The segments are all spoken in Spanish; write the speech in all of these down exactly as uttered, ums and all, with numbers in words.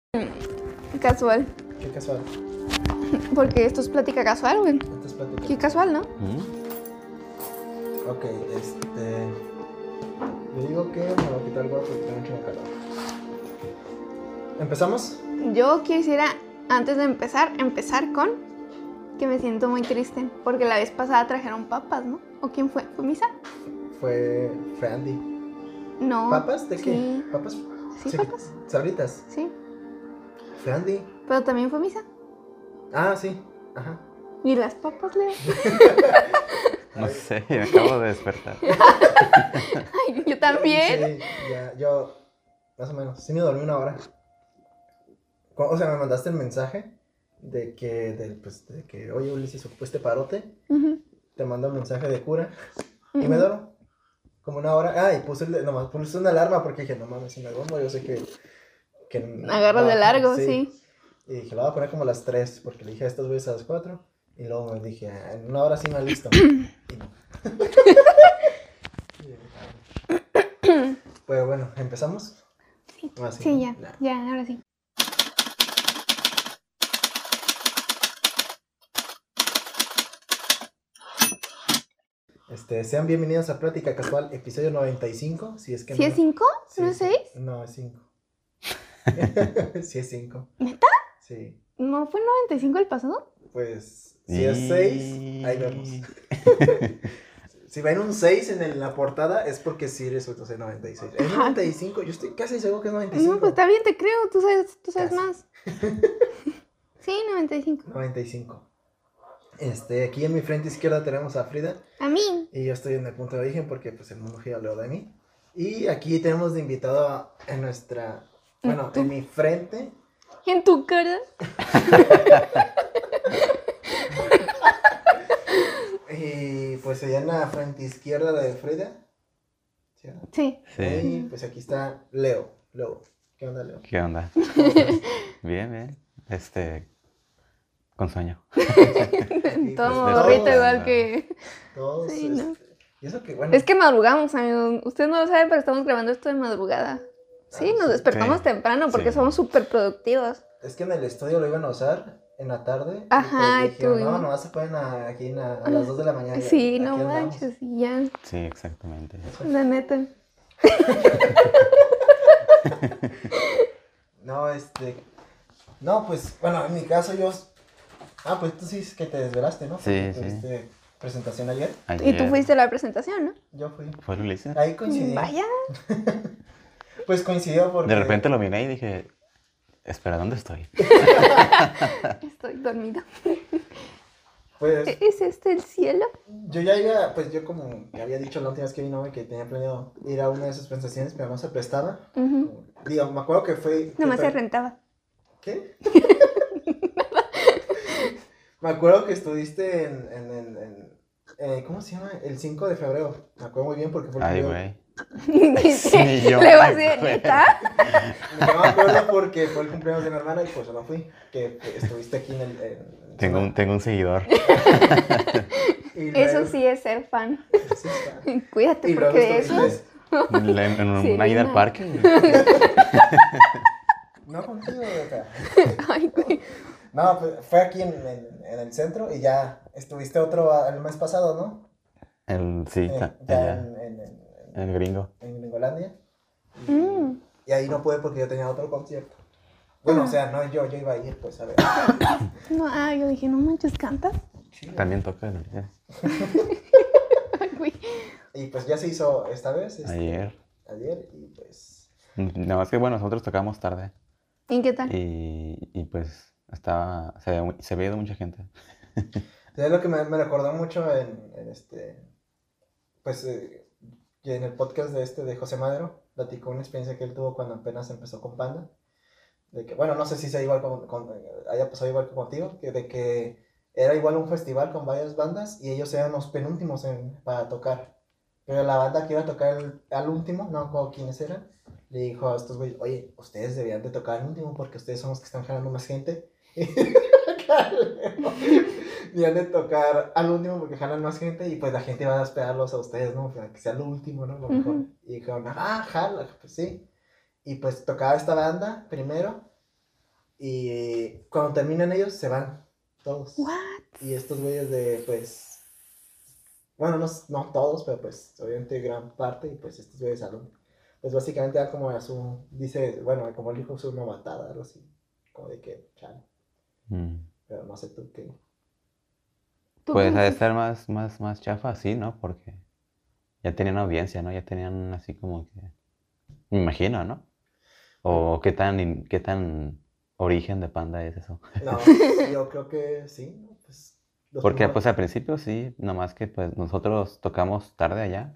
Casual. ¿Qué casual? Porque esto es plática casual, güey. Esto es plática. Qué casual, ¿no? ¿Mm? Ok, este... Yo digo que me voy a quitar el gorro porque tengo mucho calor. ¿Empezamos? Yo quisiera, antes de empezar, empezar con que me siento muy triste. Porque la vez pasada trajeron papas, ¿no? ¿O quién fue? ¿Fue Misa? Fue... Fue Andy. No. ¿Papas? ¿De qué? Sí. ¿Papas? Sí, papas. ¿Sabritas? Sí. Fue Andy. Pero también fue Misa. Ah, sí. Ajá. ¿Y las papas, Leo? No sé, me acabo de despertar. Ay, yo también. Sí, ya, yo... Más o menos. Sí me dormí una hora. O sea, me mandaste el mensaje de que, de, pues, de que, oye, Ulises, ocupó este parote. Uh-huh. Te mando un mensaje de cura. Uh-huh. Y me duermo. Como una hora. Ah, y puse, el, nomás puse una alarma porque dije, no mames, si me duermo, yo sé que... que agarras de largo, sí. sí. Y dije, lo voy a poner como a las tres, porque le dije a estos güeyes a las cuatro. Y luego me dije, ah, en una hora sí me alisto. Y no. Pues bueno, ¿empezamos? Sí, Ah, sí, sí, ¿no? ya, Nah. ya, ahora sí. Este, sean bienvenidos a Plática Casual, episodio noventa y cinco. Si es que ¿Sí no... es cinco? Sí, ¿No es sí. seis? No, es cinco. Sí es cinco. ¿Neta? Sí. ¿No fue noventa y cinco el pasado? Pues, si es seis, ahí vemos. Si ven un seis en el- la portada, es porque sí resultó ser noventa y seis. Es noventa y cinco, yo estoy casi seguro que es noventa y cinco. No, pues está bien, te creo, tú sabes, tú sabes Casi. más. Sí, noventa y cinco. noventa y cinco. Este, aquí en mi frente izquierda tenemos a Frida. A mí. Y yo estoy en el punto de origen porque pues el mundo gira alrededor de mí. Y aquí tenemos de invitado a, en nuestra... Bueno, ¿Tú? en mi frente. En tu cara. Y pues allá en la frente izquierda de Frida. ¿Sí? Sí. Sí. Y pues aquí está Leo. Leo. ¿Qué onda, Leo? ¿Qué onda? ¿Cómo estás? Bien, bien. Este, con sueño. Aquí, Todo pues, morrito todos, igual que... Todos, Sí, este, ¿no? Y eso que bueno. Es que madrugamos, amigos. Ustedes no lo saben, pero estamos grabando esto de madrugada. Sí, Ah, nos sí. despertamos Sí. temprano porque Sí. somos súper productivos. Es que en el estudio lo iban a usar en la tarde. Ajá, y y pues dijeron, tú- no, nomás se ponen a- aquí en la- a las dos de la mañana. Sí, Aquí no andamos. manches, y ya. Sí, exactamente. La neta. No, este... No, pues, bueno, en mi caso yo... Ah, pues tú sí dices que te desvelaste, ¿no? Sí, Porque sí. tuviste presentación ayer. Y tú Ayer fuiste a la presentación, ¿no? Yo fui. ¿Fue Ulises? Ahí coincidí. Vaya. Pues coincidió porque... De repente lo miré y dije, espera, ¿dónde estoy? Estoy dormida. Pues ¿Es este el cielo? yo ya iba, pues yo como ya había dicho la última vez que vino, güey, que tenía planeado ir a una de esas presentaciones, pero no se prestaba. Ujú. Digo, me acuerdo que fue... que Nomás fue- se rentaba. ¿Qué? Me acuerdo que estuviste en, en, en, en- eh, ¿cómo se llama? El cinco de febrero. Me acuerdo muy bien porque fue el Ay, cumpleaños- güey. Dice, Ni yo le va a me decir, acuerdo. ¿neta? Yo me acuerdo porque fue el cumpleaños de mi hermana y pues yo no fui. Que que estuviste aquí en el... en- Tengo un, tengo un seguidor. y Eso luego- sí es ser fan. Sí está. Cuídate, Y luego porque de estuviste- esos... En, la- en Sí, una ida al no. parque. No contigo, acá. Ay, güey. No, pues fue aquí en, en, en el centro y ya estuviste otro a- el mes pasado, ¿no? El, sí, Eh, ta- ya allá, en, en, en, el gringo. en Gringolandia. Y, Mm. y ahí no pude porque yo tenía otro concierto. Bueno, o sea, no yo, yo iba a ir, pues a ver. No, ah, yo dije, no manches, ¿cantas? Chido. También toca el Ulises. Ay, güey. Y pues ya se hizo esta vez. este, Ayer. Ayer y pues... Nada más que bueno, nosotros tocamos tarde. ¿Y qué tal? Y, y pues estaba, se, veía mu- se veía de mucha gente. Es lo que me, me recordó mucho en, en este... Pues eh, que en el podcast de este de José Madero, platicó una experiencia que él tuvo cuando apenas empezó con Panda. De que, bueno, no sé si sea igual con, con- haya pasado igual que contigo, que de que era igual un festival con varias bandas y ellos eran los penúltimos en, para tocar. Pero la banda que iba a tocar el- al último, no me acuerdo quiénes eran, le dijo a estos güeyes, oye, ustedes deberían de tocar al último porque ustedes son los que están jalando más gente. Deberían de tocar al último porque jalan más gente y pues la gente va a esperarlos a ustedes, ¿no? Para que sea lo último, ¿no? Lo mejor. Ujú. Y dijeron, ah, jala, pues sí. Y pues tocaba esta banda primero Y cuando terminan ellos, se van todos. What? Y estos güeyes de, pues, bueno, no, no todos, pero pues, obviamente gran parte, y pues estos güeyes salen. Pues básicamente da como a su, dice, bueno, como el hijo su novatada, algo así. Como de que, chale. Mm. Pero no sé tú qué. ¿Tú Pues qué ha de dices? estar más, más, más chafa así, ¿no? Porque ya tenían audiencia, ¿no? Ya tenían así como que... Me imagino, ¿no? O qué tan, in- qué tan origen de Panda es eso. No, yo creo que sí, ¿no? Pues, los Porque primeros- pues al principio sí, nomás que pues nosotros tocamos tarde allá.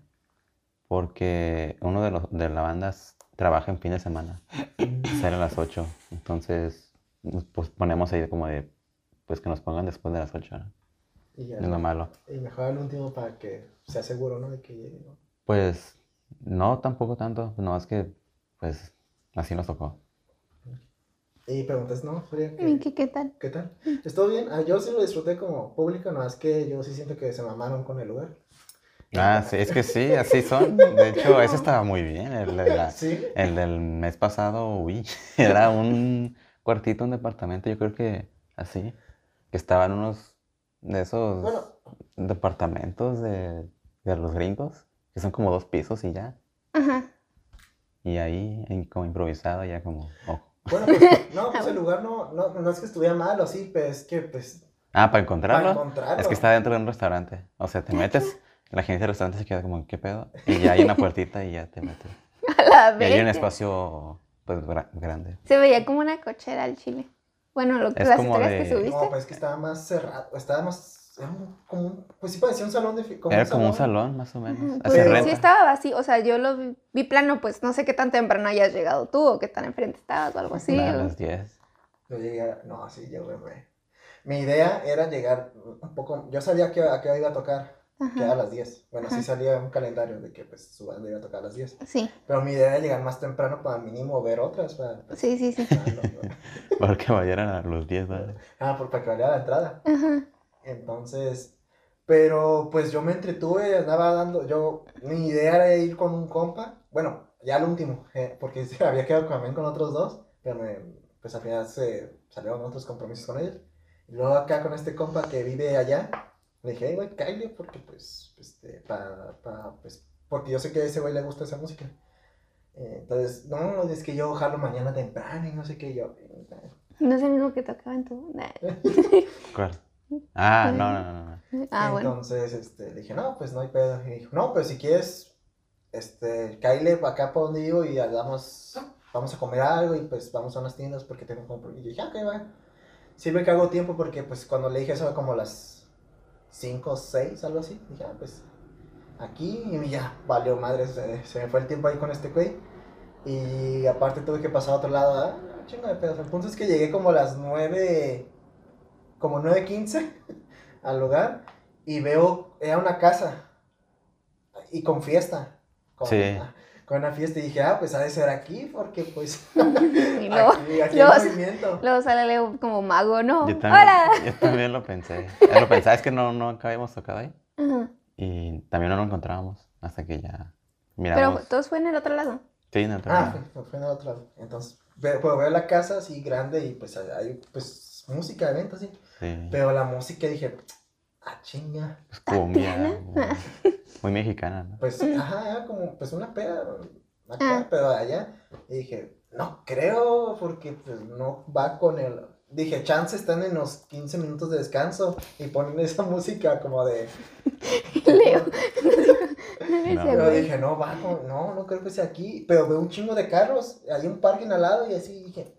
Porque uno de los de la banda s- trabaja en fin de semana. Sale a las ocho. Entonces, nos, pues ponemos ahí como de, pues que nos pongan después de las ocho, ¿no? Y ya, Es lo malo. y mejor el último para que sea seguro, ¿no? De que llegue, ¿no? Pues no, tampoco tanto. No, es que, pues, así nos tocó. Y preguntas, ¿no? Fría, ¿Y ¿qué, qué, qué tal? ¿qué tal? ¿Estuvo bien? Ah, yo sí lo disfruté como público, no es que yo sí siento que se mamaron con el lugar. Ah, sí, es que sí, así son. De hecho, ese estaba muy bien. El, de la- Sí. el del mes pasado, uy, era un cuartito, un departamento, yo creo que así, que estaban unos de esos Bueno, departamentos de, de los gringos, que son como dos pisos y ya. Ajá. Y ahí, en- como improvisado, ya como, ojo. bueno, pues, no, pues el lugar no, no, no es que estuviera mal o así, pero es que, pues, Ah, para para encontrarlo. encontrarlo. Es que está dentro de un restaurante. O sea, te metes, la gente del restaurante se queda como, ¿qué pedo? Y ya hay una puertita y ya te metes. A la Y hay un bestia. espacio, pues, gra- grande. Se veía como una cochera al chile. Bueno, lo, Es las como historias que de- subiste. No, pues es que estaba más cerrado, estaba más, era un- como un, pues sí parecía un salón de, fi- como Era como un salón, más o Ajá, menos. pues, Hace Pero- sí renta. estaba vacío, o sea, yo lo vi, vi plano, pues no sé qué tan temprano hayas llegado tú o qué tan enfrente estabas o algo así. A o- las diez. Yo llegué a- no, sí, yo me, me- mi idea era llegar un poco, yo sabía que, a qué hora iba a tocar, que era a Ajá, las diez. Bueno, sí Ajá. salía un calendario de que pues su banda iba a tocar a las diez. sí, Pero mi idea era llegar más temprano para mínimo ver otras. Para, pues, sí, sí, sí. ah, no, no. Porque vayan a los diez, ¿vale? Ah, por, para que valiera la entrada. Ajá, Entonces, pero pues yo me entretuve, andaba dando, yo, mi idea era ir con un compa, bueno, ya al último, eh, porque se había quedado también con otros dos, pero me, pues al final se salieron otros compromisos con ellos. Y luego acá con este compa que vive allá, le dije, hey, güey, cállate, porque pues, este, pa, pa, pues, porque yo sé que a ese güey le gusta esa música. Eh, entonces, no, es que yo jalo mañana temprano y no sé qué, y yo, no es el mismo que tocaba en tu... Nah. ¿Cuál? Ah, no, no, no, no. Ah, bueno. entonces, este, le dije, no, pues no hay pedo. Y dijo, no, pues si quieres, este, cáile para acá para donde vivo y damos, vamos a comer algo y pues vamos a unas tiendas porque tengo compromiso. Y dije, ah, ok, va. Sirve que hago tiempo porque pues cuando le dije eso era como las cinco o seis, algo así. Dije, ah, pues aquí y ya, valió madre, se, se me fue el tiempo ahí con este güey. Y aparte tuve que pasar a otro lado, ah, chingo de pedos. El punto es que llegué como a las nueve, como nueve quince al lugar y veo, era una casa y con fiesta. Con, Sí. ah, con una fiesta y dije, ah, pues ha de ser aquí porque pues Y luego, aquí, aquí luego- hay movimiento. luego sale Leo como mago, ¿no? Yo también, ¡Hola! yo también lo pensé. Ya lo pensaba, es que no, no habíamos tocado ahí. Ajá. Y también no lo encontrábamos hasta que ya Pero miramos. todos fue en el otro lado. Sí, en el otro Ah, lado. fue, fue en el otro lado. Entonces, ve- pues veo la casa así grande y pues hay pues música, eventos así. Sí. Pero la música dije, ah, chinga. Pues cumbia, Tatiana. muy, muy mexicana, ¿no? Pues, Mm. ajá, era como pues una peda acá, Ah. pero allá. Y dije, no creo, porque pues no va con el. Dije, chance están en los quince minutos de descanso y ponen esa música como de. Leo. No. Pero dije, no, va, con- no, no creo que sea aquí. Pero veo un chingo de carros, hay un parking al lado y así dije,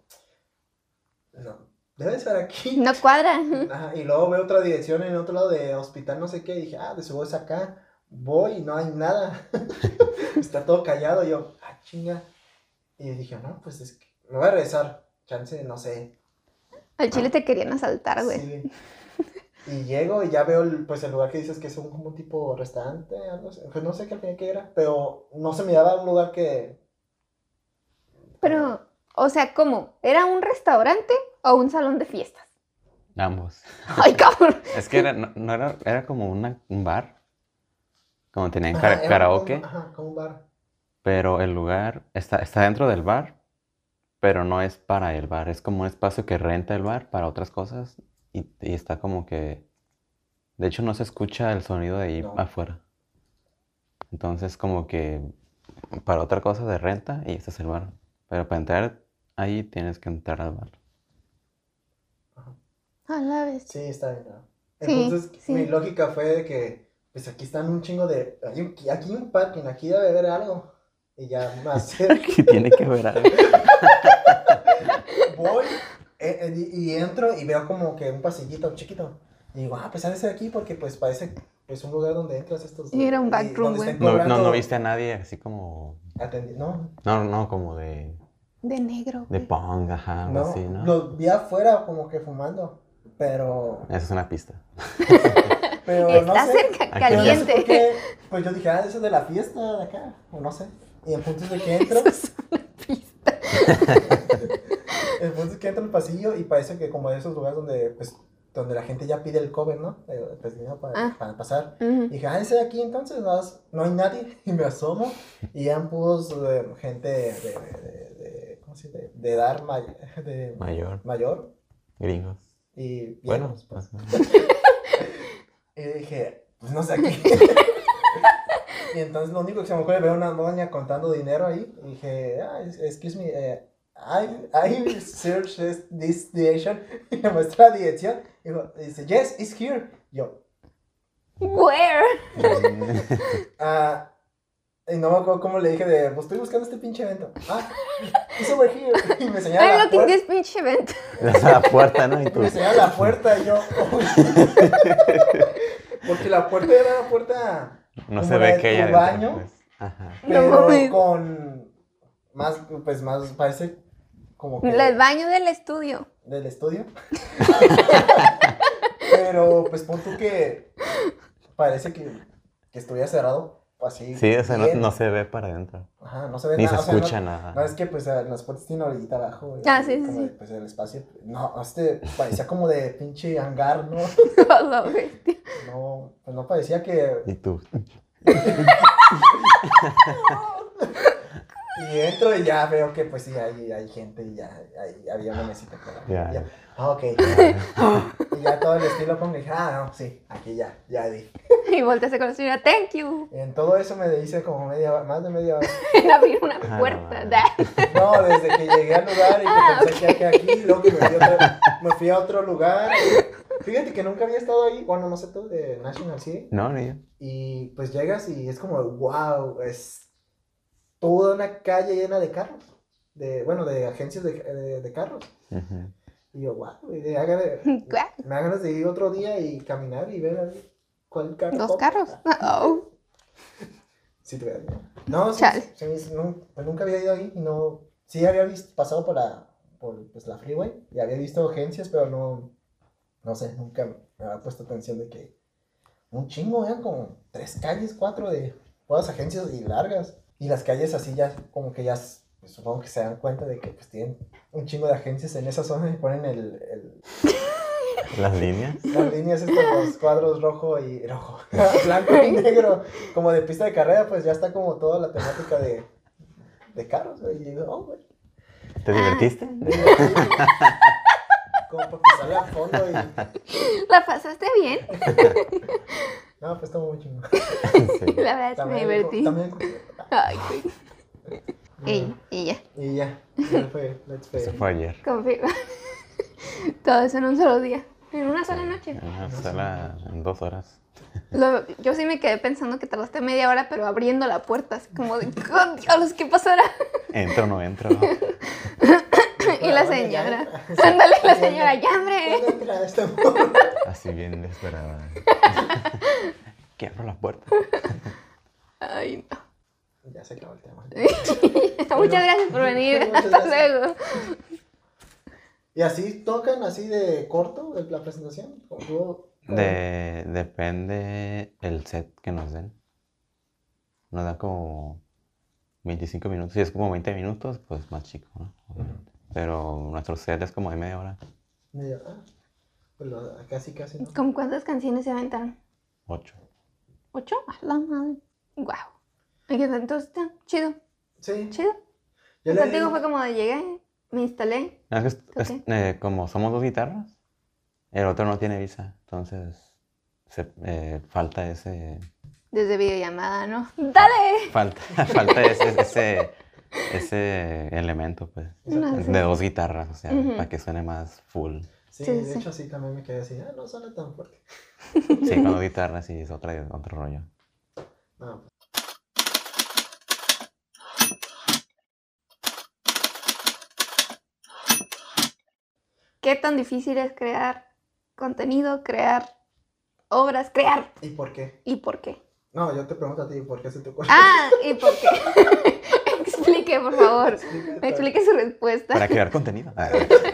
no, debe ser aquí. No cuadra. Ajá, y luego veo otra dirección en el otro lado de hospital, no sé qué, y dije, ah, de seguro es acá. Voy y no hay nada. Está todo callado. Y yo, ah, chinga. Y dije, no, pues es que me voy a regresar. Chance, no sé. Al chile te querían asaltar, güey. Sí. Y llego y ya veo el, pues el lugar que dices que es un como tipo restaurante, algo así. Pues no sé qué al final qué era, pero no se me daba un lugar que. Pero, o sea, ¿cómo? ¿Era un restaurante o un salón de fiestas? Ambos. Ay, cabrón. Es que era, no, no era, era como una, un bar. Como tenían Ajá, kara- era karaoke. como- ajá, como un bar. Pero el lugar está, está dentro del bar, pero no es para el bar. Es como un espacio que renta el bar para otras cosas y, y está como que... De hecho, no se escucha el sonido de ahí No. afuera. Entonces, como que para otra cosa de renta y este es el bar. Pero para entrar ahí tienes que entrar al bar. A la vez. Sí, está bien. ¿no? Sí, Entonces, sí. mi lógica fue de que, pues aquí están un chingo de. Hay un- Aquí hay un parking, aquí debe haber algo. Y ya más Aquí tiene que ver algo. voy eh, eh, y, y entro y veo como que un pasillito chiquito. Y digo, ah, pues ha de ser aquí porque pues parece pues un lugar donde entras estos. Y era un y backroom, donde estén güey. No, no, no cobrando viste a nadie así como... atendi- No, No, no, como de... De negro, De güey. pong, ajá, algo no, así, ¿no? los vi afuera como que fumando. Pero. Esa es una pista. Pero no Está sé. cerca, Aquí Pero no sé caliente. por qué, pues yo dije, ah, eso es de la fiesta de acá, o no sé. Y el punto es de que entro, Eso es una pista. el punto es que entro al pasillo y parece que como de esos lugares donde, pues, donde la gente ya pide el cover, ¿no? Eh, Pues dinero para, Ah. para pasar. Ujú. Y dije, ah, ese de aquí entonces, no, no hay nadie. Y me asomo y eran puros eh, gente de, de, de, de- ¿cómo se dice? De, de edad may- de Mayor, mayor gringos. y Bueno, viejos, pues. ajá. Y dije, pues no sé aquí. Y entonces lo único que se me ocurre es ver a una doña contando dinero ahí. Y dije, ah, es- excuse me, eh, I, I searched this, this direction. Y me muestra la dirección. Y digo- y dice, yes, it's here. Yo, Where? ah, y no me acuerdo cómo le dije de, pues estoy buscando este pinche evento. Ah, it's over here. Y me señala I'm la looking puerta. this bitch event. Vas a la puerta, ¿no? Y Y tú... me señala la puerta y yo, uy. Porque la puerta era una puerta. No como se la ve de que tu ella baño. dentro, pues. Ajá. No Pero mames. con más, pues más, parece como que El baño del estudio. del estudio. Pero pues pon tú que parece que, que estuviera cerrado así. Sí, o sea, no, bien. no se ve para adentro. Ajá, no se ve Ni nada. se o sea, escucha no, nada. no, es que pues eh, las puertas tienen orillita abajo. y Ah, así, sí, sí, como sí. de, pues el espacio. No, este parecía como de pinche hangar, ¿no? A la bestia. No, pues no parecía que. Y tú... Y entro y ya veo que pues sí, hay, hay gente y ya hay- había una mesita por ahí. Ya. Ya. Ah, ok. ya. Y ya todo el estilo como dije, ah, no, sí, aquí ya, ya di. Y volteaste con la señora, thank you. Y en todo eso me hice como media hora, más de media hora. En abrir una Ah, puerta. no. Da. No, desde que llegué al lugar y que Ah, pensé que aquí, aquí, luego que me fui, a otro, me fui a otro lugar. Fíjate que nunca había estado ahí, bueno, no sé tú, de National City. No, ni yo. Y pues llegas y es como, wow, es toda una calle llena de carros. De, bueno, de agencias de, de, de carros. Ujú. Y yo, wow, me da ganas- me da ganas de ir otro día y caminar y ver ahí cuál carro. Dos toca. carros. Oh. Sí, te voy a decir. No, sí, Chale. sí, sí, no, pues nunca había ido ahí y no. Sí había visto, pasado por la, por pues, la freeway y había visto agencias, pero no, no sé, nunca me había puesto atención de que un chingo, eran como tres calles, cuatro de todas agencias y largas. Y las calles así ya, como que ya, pues, supongo que se dan cuenta de que pues tienen un chingo de agencias en esa zona y ponen el, el Las líneas. las líneas estos, los cuadros rojo y rojo, blanco y negro, como de pista de carrera, pues ya está como toda la temática de, de carros, güey. Y digo, oh, güey. ¿Te divertiste? Como para pisarle a fondo y. ¿La pasaste bien? No, pues estuvo muy chingo. Sí. La verdad es que me divertí. También. Ay, güey. Y, y ya, Y ya. Ya fue, let's Eso play. fue ayer. confío. Todo eso en un solo día. En una sola noche. En una sola, en dos horas. Lo- yo sí me quedé pensando que tardaste media hora, pero abriendo la puerta, así como de, ¡oh, diablos, qué pasará! ¿Entro o no entro? Y la señora, ándale, la señora, ya, hombre. ¿Cuándo entra este morro? Así bien desesperada. Que abro la puerta. Ay, Ya se acabó el tema. no. Muchas gracias por venir. Muchas Hasta gracias. luego. ¿Y así tocan, así de corto, de la presentación? ¿Cómo tú- cómo- De, depende el set que nos den. Nos dan como veinticinco minutos. Si es como veinte minutos, pues más chico, ¿no? Obviamente. Pero nuestro set es como de media hora. Medio, ah, pues lo- casi, casi, ¿no? ¿Con cuántas canciones se aventaron? Ocho. ¿Ocho? A la madre. Guau. Ay, que entonces está chido, Sí. chido. Yo El le contigo digo- fue como de llegué, me instalé. No, es que es- es- Ok. eh, como somos dos guitarras, el otro no tiene visa, entonces se, eh, falta ese... Desde videollamada, ¿no? ¡Dale! Falta, falta ese, ese, ese elemento, pues, No sé. de dos guitarras, o sea, Ujú. para que suene más full. Sí, Sí, de sí. hecho sí, también me quedé así, ah, no suena tan fuerte. Sí, con dos guitarras sí es otra, otro rollo. No, pues, ¿Qué tan difícil es crear contenido, crear obras, crear? ¿y por qué? ¿Y por qué? No, yo te pregunto a ti, ¿por qué se te ocurre? Ah, ¿y por qué? Explique, por favor. Explícate. Explique su respuesta. Para crear contenido. Ah,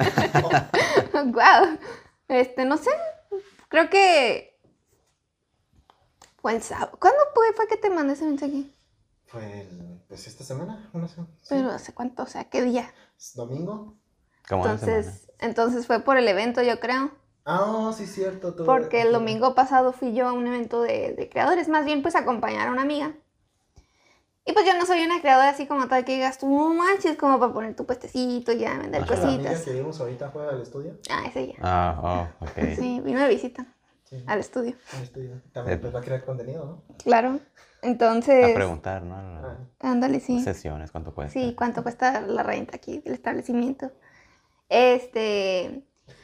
Wow. Este, no sé. Creo que fue el sábado. ¿Cuándo fue, fue que te mandé ese mensaje? Fue el, pues esta semana, una semana. sí. Pero ¿hace cuánto? O sea, ¿qué día? ¿Es domingo? como una semana. Entonces, entonces fue por el evento, yo creo. Ah, sí, cierto. tú- Porque el tú- domingo pasado fui yo a un evento de, de creadores, más bien pues a acompañar a una amiga. Y pues yo no soy una creadora así como tal que digas tú, no manches, como para poner tu puestecito y ya vender Ajá. ¿La amiga cositas. que vimos ahorita fue al estudio? Ah, ese ya. Ah, oh, ok. Sí, vino de visita Sí, al estudio. al estudio. También Eh. pues, va a crear contenido, ¿no? Claro. A Entonces, preguntar, ¿no? A Ah, ándale, las sí. sesiones, ¿cuánto cuesta? Sí, ¿cuánto cuesta la renta aquí del establecimiento? Este...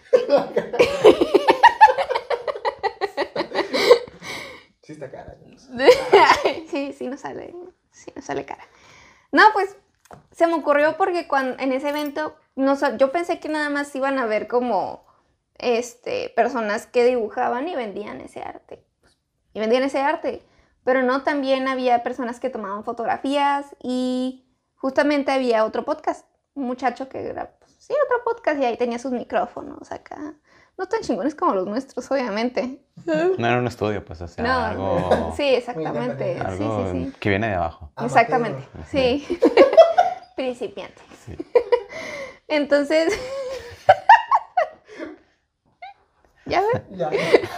sí está cara. sí, sí nos sale, sí nos sale cara. No, pues se me ocurrió porque cuando, en ese evento, no, sa- yo pensé que nada más iban a ver como este, personas que dibujaban y vendían ese arte. Y vendían ese arte. Pero no, también había personas que tomaban fotografías y justamente había otro podcast. Un muchacho que era, pues, sí, otro podcast y ahí tenía sus micrófonos acá. No tan chingones como los nuestros, obviamente. No era un estudio, pues, o sea, No, algo, sí, exactamente. Sí, algo sí, sí. que viene de abajo. Amateur. Exactamente, Amateur. sí. Principiante. Sí. Entonces, ya ves. Ya.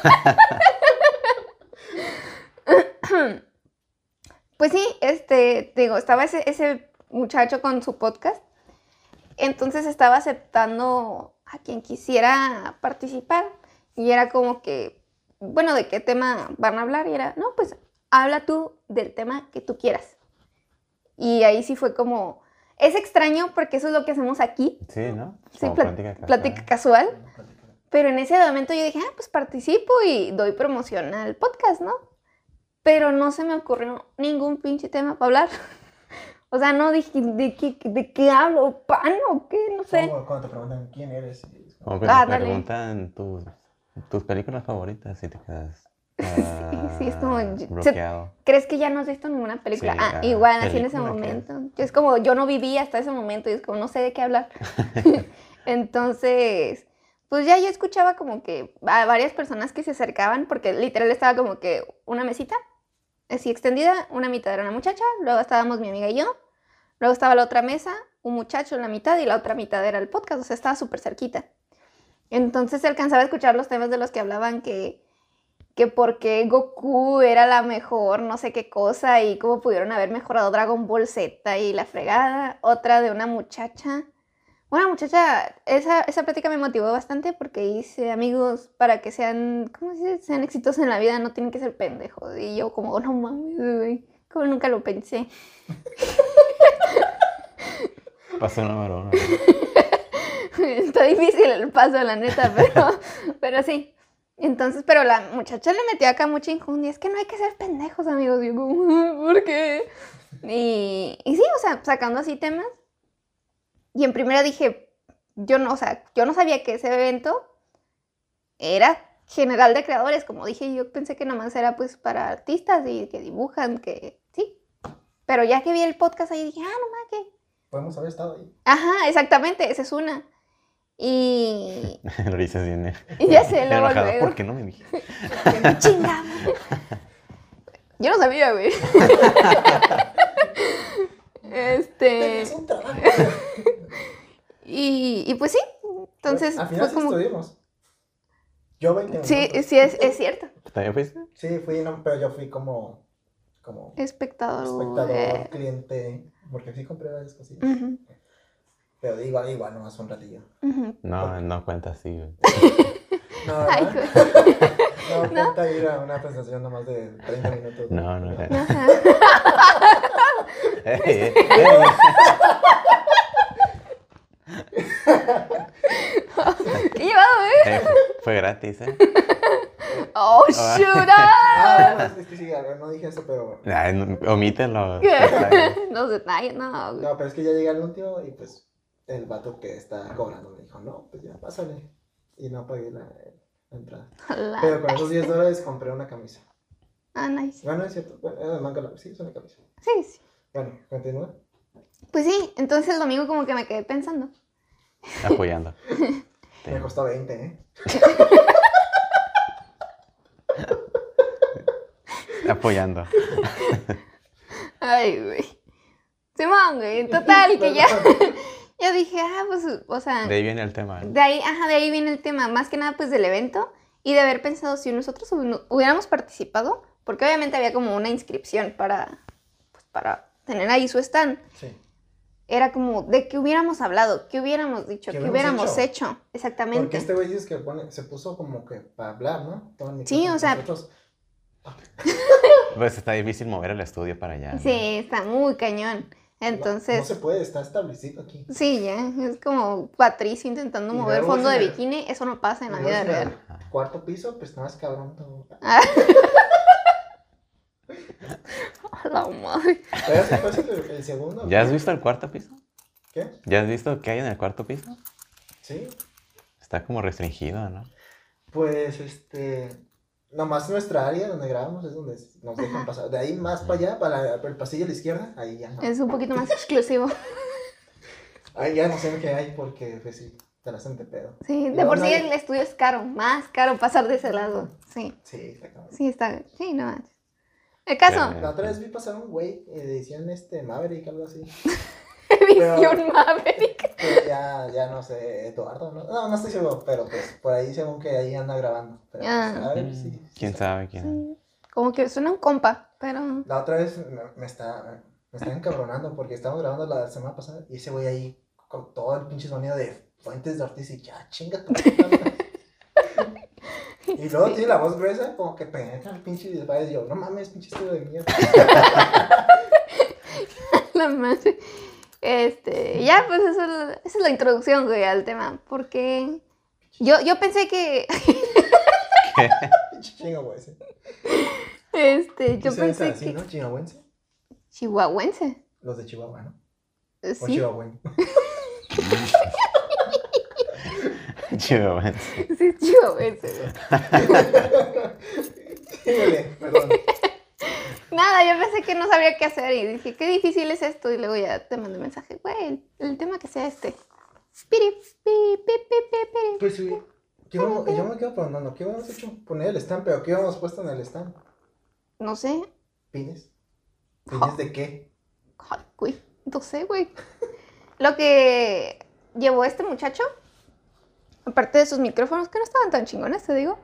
Pues sí, este, digo, estaba ese, ese muchacho con su podcast, entonces estaba aceptando a quien quisiera participar y era como que, bueno, ¿de qué tema van a hablar? Y era, no, pues habla tú del tema que tú quieras. Y ahí sí fue como, es extraño porque eso es lo que hacemos aquí, Sí, ¿no? sí, Como pla- plática casual. plática casual. Pero en ese momento yo dije, ah, pues participo y doy promoción al podcast, ¿no? Pero no se me ocurrió ningún pinche tema para hablar. O sea, no dije, ¿de qué, de qué hablo? ¿Pan o qué? No sé. Como cuando te preguntan quién eres. y es como, Como que Ah, te dale. preguntan tus, tus películas favoritas y te quedas ah, sí, es como- se- bloqueado. ¿Crees que ya no has visto ninguna película? Sí, ah, ah, igual, así en ese película, ¿qué? momento. Yo es como, yo no viví hasta ese momento y es como, no sé de qué hablar. Entonces, pues ya yo escuchaba como que a varias personas que se acercaban, porque literal estaba como que una mesita, así extendida, una mitad era una muchacha, luego estábamos mi amiga y yo, luego estaba la otra mesa, un muchacho en la mitad y la otra mitad era el podcast, o sea, estaba súper cerquita. Entonces se alcanzaba a escuchar los temas de los que hablaban que, que por qué Goku era la mejor, no sé qué cosa, y cómo pudieron haber mejorado Dragon Ball Z y la fregada. Otra de una muchacha. Una muchacha, esa, esa plática me motivó bastante porque dice, amigos, para que sean, ¿cómo se dice? Sean exitosos en la vida no tienen que ser pendejos. Y yo como, no mames, güey, como nunca lo pensé. Paso número uno. Está difícil el paso, la neta, pero, pero sí. Entonces, pero la muchacha le metió acá mucha injundia. Es que no hay que ser pendejos, amigos. Y yo como, ¿por qué? Y, y sí, o sea, sacando así temas. Y en primera dije, yo no, o sea, yo no sabía que ese evento era general de creadores. Como dije, yo pensé que nomás era pues para artistas y que dibujan, que sí. Pero ya que vi el podcast ahí dije, ah, nomás que... Podemos haber estado ahí. Ajá, exactamente, esa es una. Y, Lo dices bien. y ya sé, luego, enojado. luego. ¿Por qué no me dijiste? Chinga. Yo no sabía, güey. este. Tenías un trabajo. Y, y pues sí. Entonces. Al final fue sí como... estuvimos. Yo veinte Sí, minutos. sí, es, es cierto. ¿También fuiste? Sí, fui, no, pero yo fui como, como Espectador. espectador, eh, cliente, porque sí compré varias cosillas. ujú. Pero igual, igual, nomás un ratillo. Ujú. No, no cuenta así, güey. No, Ay, ¿verdad? güey. No, cuenta ir a una presentación nomás de treinta minutos. No, no. eh. Ajá. Ey, ey, ey. ¿Qué llevado, eh? Eh, fue gratis, ¿eh? Oh, shoot. Ah, no, es que sí, a ver, no dije eso, pero... Ay, no, omítelo. Los detalles, no, güey. No, pero es que ya llegué al último y pues el vato que está cobrando me dijo, no, pues ya, pásale. Y no pagué la, la entrada. La- Pero con esos diez dólares compré una camisa. Ah, nice. Bueno, es cierto, bueno, era de manga larga, sí, es una camisa. Sí, sí. Bueno, continúa. Pues sí, entonces el domingo como que me quedé pensando. Apoyando. Me costó veinte, ¿eh? Apoyando. Ay, güey. Simón, güey. Total, que ya, ya dije, ah, pues, o sea, De ahí viene el tema. ¿no? de ahí, ajá, de ahí viene el tema. Más que nada, pues, del evento y de haber pensado si nosotros hubi- hubiéramos participado, porque obviamente había como una inscripción para, pues, para tener ahí su stand. Sí. Era como de qué hubiéramos hablado, qué hubiéramos dicho, ¿Qué qué hubiéramos hubiéramos hecho. Exactamente. Porque este güey dice que pone, se puso como que para hablar, ¿no? Todo el Sí, micrófono, o sea- nosotros- Pues está difícil mover el estudio para allá. ¿no? Sí, está muy cañón. Entonces, No, no se puede, está establecido aquí. sí, ya, es como Patricio intentando Y mover luego fondo de en el- bikini, eso no pasa en la Y vida luego en el real. Cuarto piso, pues nada más cabrón todo. Ah. A la madre. Pero ese fue el, el segundo. ¿Ya has visto el cuarto piso? ¿Qué? ¿Ya has visto qué hay en el cuarto piso? Sí. Está como restringido, ¿no? Pues este. Nomás nuestra área donde grabamos es donde nos dejan Ajá. pasar. De ahí más para allá, para el pasillo a la izquierda, ahí ya no. Es un poquito más exclusivo. Ahí ya no sé qué hay porque, pues sí, te la hacen de pedo. Sí, Y de luego por sí nadie- el estudio es caro, más caro pasar de ese lado. Sí, Sí, está cabrón. sí, está. Sí, no manches. El caso, Eh, La otra vez vi pasar un güey, eh, decían este Maverick, algo así. Edición Maverick. Pero ya, ya no sé, Eduardo, ¿no? No, no estoy seguro, pero pues por ahí según que ahí anda grabando. Pero, pues, Ah. a ver, sí, sí ¿Quién sabe quién? Sí, como que suena un compa, pero. La otra vez me, me está, me está encabronando porque estábamos grabando la semana pasada y ese güey ahí con todo el pinche sonido de Fuentes de Ortiz y ya, chinga tu madre. Y luego Sí. tiene la voz gruesa como que penetra el pinche desvaya y yo, no mames, pinche estudio de mierda. La madre. Este, ya, pues eso es la- esa es la introducción, güey, al tema. Porque yo, yo pensé que, ¿Qué? Pinche chihuahuense. este, yo Sí se dice pensé así, que ¿no? Chihuahuense. chihuahuense. Los de Chihuahua, ¿no? Eh, O Sí, chihuahuense. Chido, güey. sí, chihuahuense. Híjole, perdón. Nada, yo pensé que no sabía qué hacer y dije, qué difícil es esto. Y luego ya te mandé mensaje, güey, el, el tema que sea este. Piri, pi, pi, pi, pi, piri. Pues sí, ¿qué vamos- yo me quedo preguntando, ¿qué habíamos hecho? Poner el stand, pero ¿qué habíamos puesto en el stand? No sé. ¿Pines? ¿Pines de qué? Ay, güey, no sé, güey. Lo que llevó este muchacho, aparte de sus micrófonos, que no estaban tan chingones, te digo,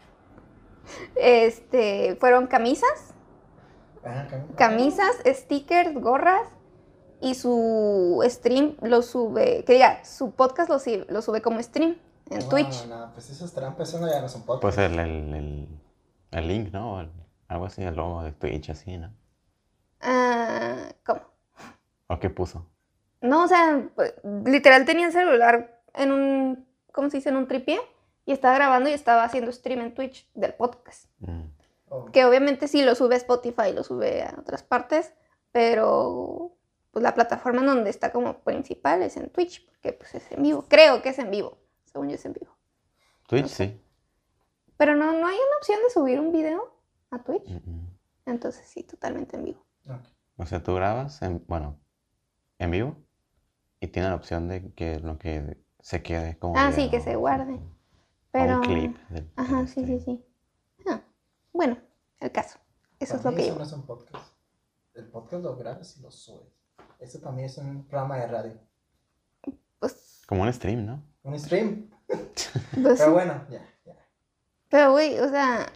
este, fueron camisas, Ah, cam- camisas, stickers, gorras, y su stream lo sube, que diga, su podcast lo, si- lo sube como stream en No, Twitch. No, pues eso es trampa, eso no ya no son podcast. Pues el, el, el, el link, ¿no? El- algo así, el logo de Twitch, así, ¿no? Ah, ¿cómo? ¿O qué puso? No, o sea, pues, literal tenía el celular en un, ¿cómo se dice? En un tripié, y estaba grabando y estaba haciendo stream en Twitch del podcast. Mm. Oh, Que obviamente sí lo sube a Spotify, lo sube a otras partes, pero pues la plataforma en donde está como principal es en Twitch, porque pues es en vivo. Creo que es en vivo, según yo es en vivo. Twitch, sí. Pero no, no hay una opción de subir un video a Twitch, Mm, mm. entonces sí, totalmente en vivo. ok. O sea, tú grabas, en, bueno, en vivo y tiene la opción de que lo que se quede como Ah, sí, video, que se o- guarde. o Pero... un clip. del- Ajá, del sí, sí, stream. sí. Ah, bueno, el caso. Eso Para es lo mí que eso yo. no es un podcast. El podcast lo grabas y lo subes. Eso para mí es un programa de radio. Pues, Como un stream, ¿no? Un stream. pues Pero sí. bueno, ya, ya. Pero güey, o sea,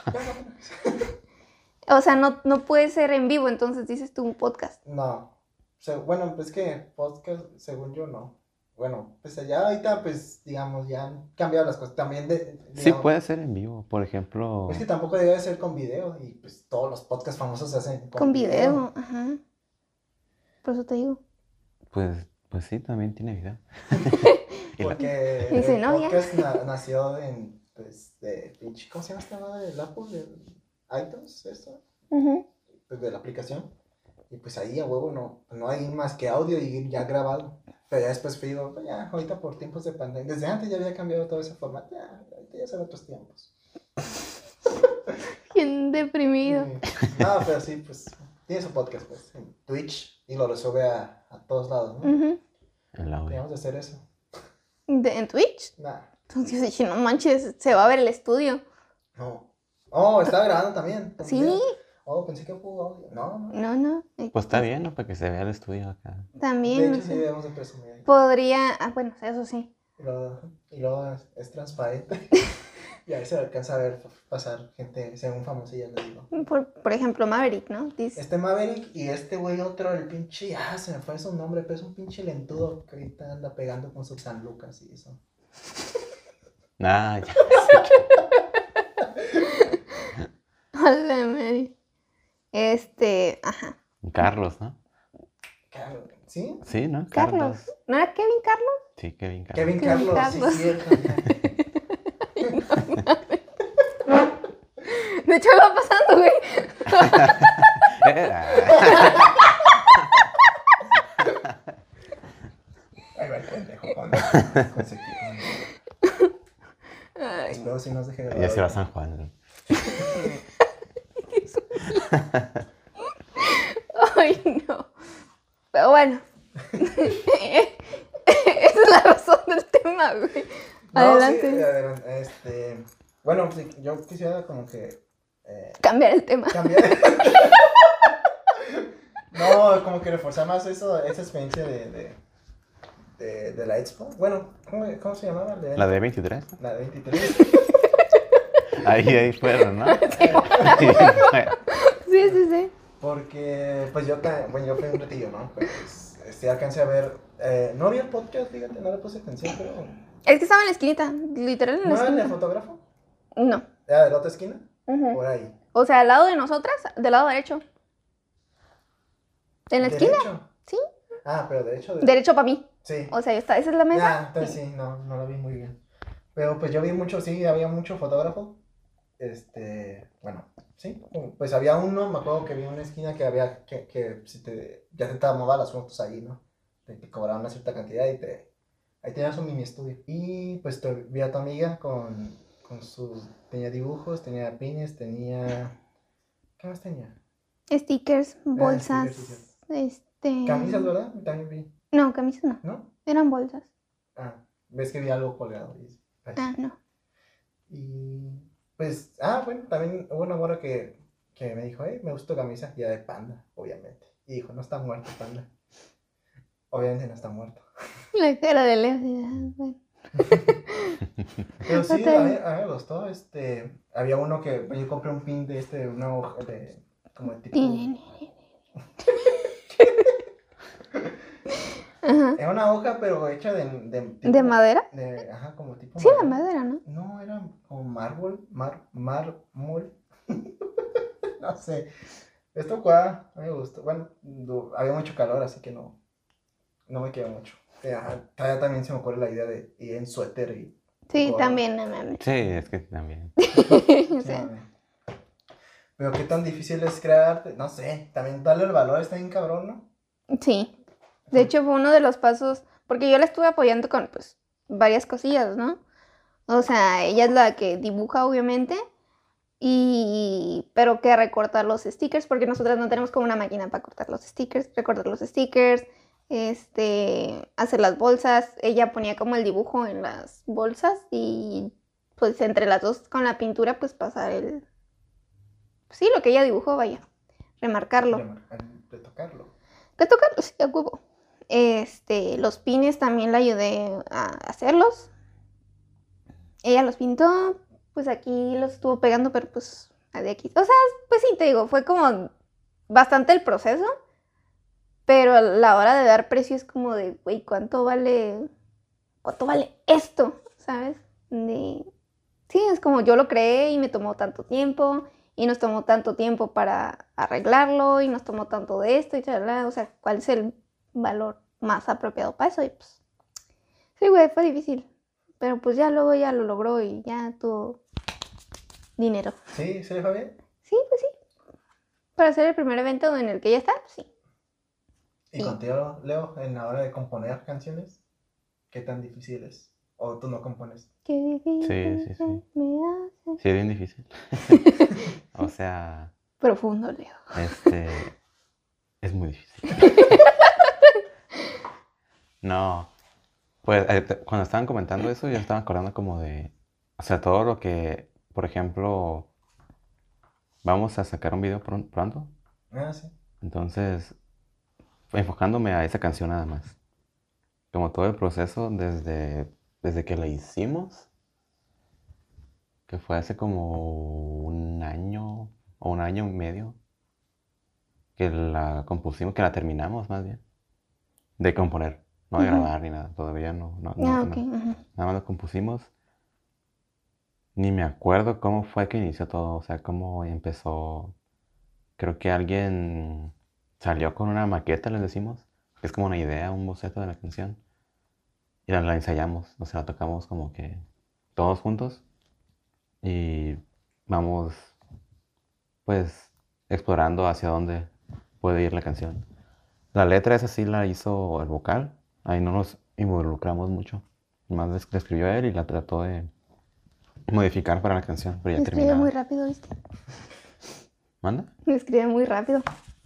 o sea, no, no puede ser en vivo, entonces dices tú un podcast. No. se- bueno, pues que podcast, según yo, no. Bueno, pues allá ahorita, pues, digamos, ya han cambiado las cosas. También, de, Sí digamos, puede ser en vivo, por ejemplo. es que tampoco debe ser con video y pues todos los podcasts famosos se hacen con, Con video. video, ajá. Por eso te digo. Pues, pues sí, también tiene video. Y la- Porque Y si el no, ya. podcast na- nació en, pues, de pinche, ¿cómo se llama esta madre del Apple? Del iTunes, eso, Ujú. pues de la aplicación. Y pues ahí a huevo no, no hay más que audio y ya grabado. Pero ya después fui, digo, pues ya, ahorita por tiempos de pandemia, desde antes ya había cambiado todo ese formato, ya, ahorita ya son otros tiempos. Bien deprimido. Y- no, pero sí, pues, tiene su podcast, pues, en Twitch, y lo sube a, a todos lados, ¿no? Ujú. el audio. Debemos de hacer eso. De- ¿En Twitch? Nah, Entonces dije, no manches, se va a ver el estudio. no. Oh, estaba grabando también. con Sí. video. Oh, pensé que fue audio. No, no. No, no. eh, Pues está bien, ¿no? Para que se vea el estudio acá. De También, hecho, no sí sé. debemos de presumir ahí. Podría. Ah, bueno, eso sí. Y luego, y luego es, es transparente. Y ahí se alcanza a ver pasar gente, según famosillas, les digo. Por, por ejemplo, Maverick, ¿no? Dice. Este Maverick y este güey otro, el pinche, ah, se me fue su nombre, pero es un pinche lentudo que ahorita anda pegando con su San Lucas y eso. Ah, ya. Hola, Mary. Este. Ajá. Carlos, ¿no? Claro, ¿sí? Sí, ¿no? Carlos. ¿No era Kevin Carlos? Sí, Kevin Carlos. Kevin Kevin Carlos, Carlos. sí, cierto. Ya. De hecho, va pasando, güey. Eh, ah. Ahí va el pendejo con, con ese equipo. Ay, Espero si nos deje de Ya se va a San Juan. ay, no. Pero bueno. Esa es la razón del tema, güey. No, Adelante. sí, adelante. Este, bueno, sí, yo quisiera como que eh, Cambiar el tema. cambiar. No, como que reforzar más eso, esa experiencia de, de, de, de la Expo. Bueno, ¿cómo, cómo se llamaba? De La de veintitrés, ¿no? La de veintitrés. Ahí, ahí fueron, ¿no? Sí, sí, sí. Porque, pues yo, ta- bueno, yo fui un retillo, ¿no? Pues, este, alcancé a ver, eh, no vi el podcast, fíjate, no le puse atención, pero... Es que estaba en la esquinita, literal en la ¿No era el esquina. fotógrafo? No. ¿Era de la otra esquina? Ujú. Por ahí. O sea, al lado de nosotras, del lado derecho. ¿En la esquina? ¿Derecho? Sí. Ah, pero derecho. De... Derecho para mí. Sí. O sea, está, esa es la mesa. Ah, entonces sí, no, no lo vi muy bien. Pero pues yo vi mucho, sí, había mucho fotógrafo. Este, bueno, sí, pues había uno, me acuerdo que vi una esquina que había, que, que si te, ya te tomaban las fotos ahí, ¿no? Te, te cobraban una cierta cantidad y te, ahí tenías un mini estudio. Y pues te, vi a tu amiga con, con sus, tenía dibujos, tenía pines, tenía, ¿qué más tenía? Stickers, bolsas. stickers, este. Camisas, ¿verdad? También vi, No, camisas no. ¿no? Eran bolsas. Ah, ves que vi algo colgado. Y, Ah, no. y pues, ah, bueno, también hubo una morra que, que me dijo, hey, me gustó tu camisa, ya de Panda, obviamente. Y dijo, no está muerto Panda. Obviamente no está muerto. La cara de Leo. así, ah, bueno. Pero sí, Ok. a mí, a mí me gustó, este, había uno que, yo compré un pin de este, una hoja de, como de tipo, Ajá. era una hoja pero hecha de, de, tipo- ¿De madera? de- ajá, como tipo Sí, de madera. madera, ¿no? No, era como mármol, mar, mármol, no sé, esto cuadra, a mí me gustó, bueno, du- había mucho calor, así que no, no me quedó mucho. Eh, ajá, todavía también se me ocurre la idea de ir en suéter y... Sí, gorra. también, no mames. Sí, es que también. O Sí, sea, mami. Pero qué tan difícil es crear, no sé, también darle el valor está bien cabrón, ¿no? sí. De hecho, fue uno de los pasos, porque yo la estuve apoyando con, pues, varias cosillas, ¿no? O sea, ella es la que dibuja, obviamente, y pero que recortar los stickers, porque nosotras no tenemos como una máquina para cortar los stickers, recortar los stickers, este, hacer las bolsas. Ella ponía como el dibujo en las bolsas y, pues, entre las dos con la pintura, pues, pasar el... Sí, lo que ella dibujó, vaya, remarcarlo. De, de tocarlo. De tocarlo, sí, a huevo. Este, los pines también la ayudé a hacerlos. Ella los pintó, pues aquí los estuvo pegando, pero pues de aquí. O sea, pues sí, te digo, fue como bastante el proceso. Pero a la hora de dar precio es como de, güey, ¿cuánto vale, cuánto vale esto? ¿Sabes? De... Sí, es como yo lo creé y me tomó tanto tiempo y nos tomó tanto tiempo para arreglarlo y nos tomó tanto de esto y tal, o sea, ¿cuál es el valor más apropiado para eso? Y pues, sí, güey, fue difícil, pero pues ya luego ya lo logró y ya tuvo dinero. ¿Sí? ¿Sí le fue bien? Sí, pues sí. Para hacer el primer evento en el que ya está, pues sí. ¿Y Sí. contigo, Leo, en la hora de componer canciones? ¿Qué tan difícil es? ¿O tú no compones? Qué difícil Sí, sí, sí. me hace. Sí, es bien difícil. O sea, Profundo, Leo. este, es muy difícil. No, pues eh, te- cuando estaban comentando eso, yo estaba acordando como de, o sea, todo lo que, por ejemplo, vamos a sacar un video pron- pronto, Ah, sí. entonces, enfocándome a esa canción nada más. Como todo el proceso desde, desde que la hicimos, que fue hace como un año o un año y medio, que la compusimos, que la terminamos más bien, de componer, no de Ujú. grabar ni nada, todavía no, no, no, Ah, no. ok. Ajá. Nada más lo compusimos. Ni me acuerdo cómo fue que inició todo, o sea, cómo empezó. Creo que alguien salió con una maqueta, les decimos, que es como una idea, un boceto de la canción, y la, la ensayamos, o sea, la tocamos como que todos juntos y vamos, pues, explorando hacia dónde puede ir la canción. La letra esa sí la hizo el vocal, ahí no nos involucramos mucho, más la escribió él y la trató de modificar para la canción, pero ya Me escribe terminada. muy rápido, ¿viste? ¿Manda? Me escribe muy rápido.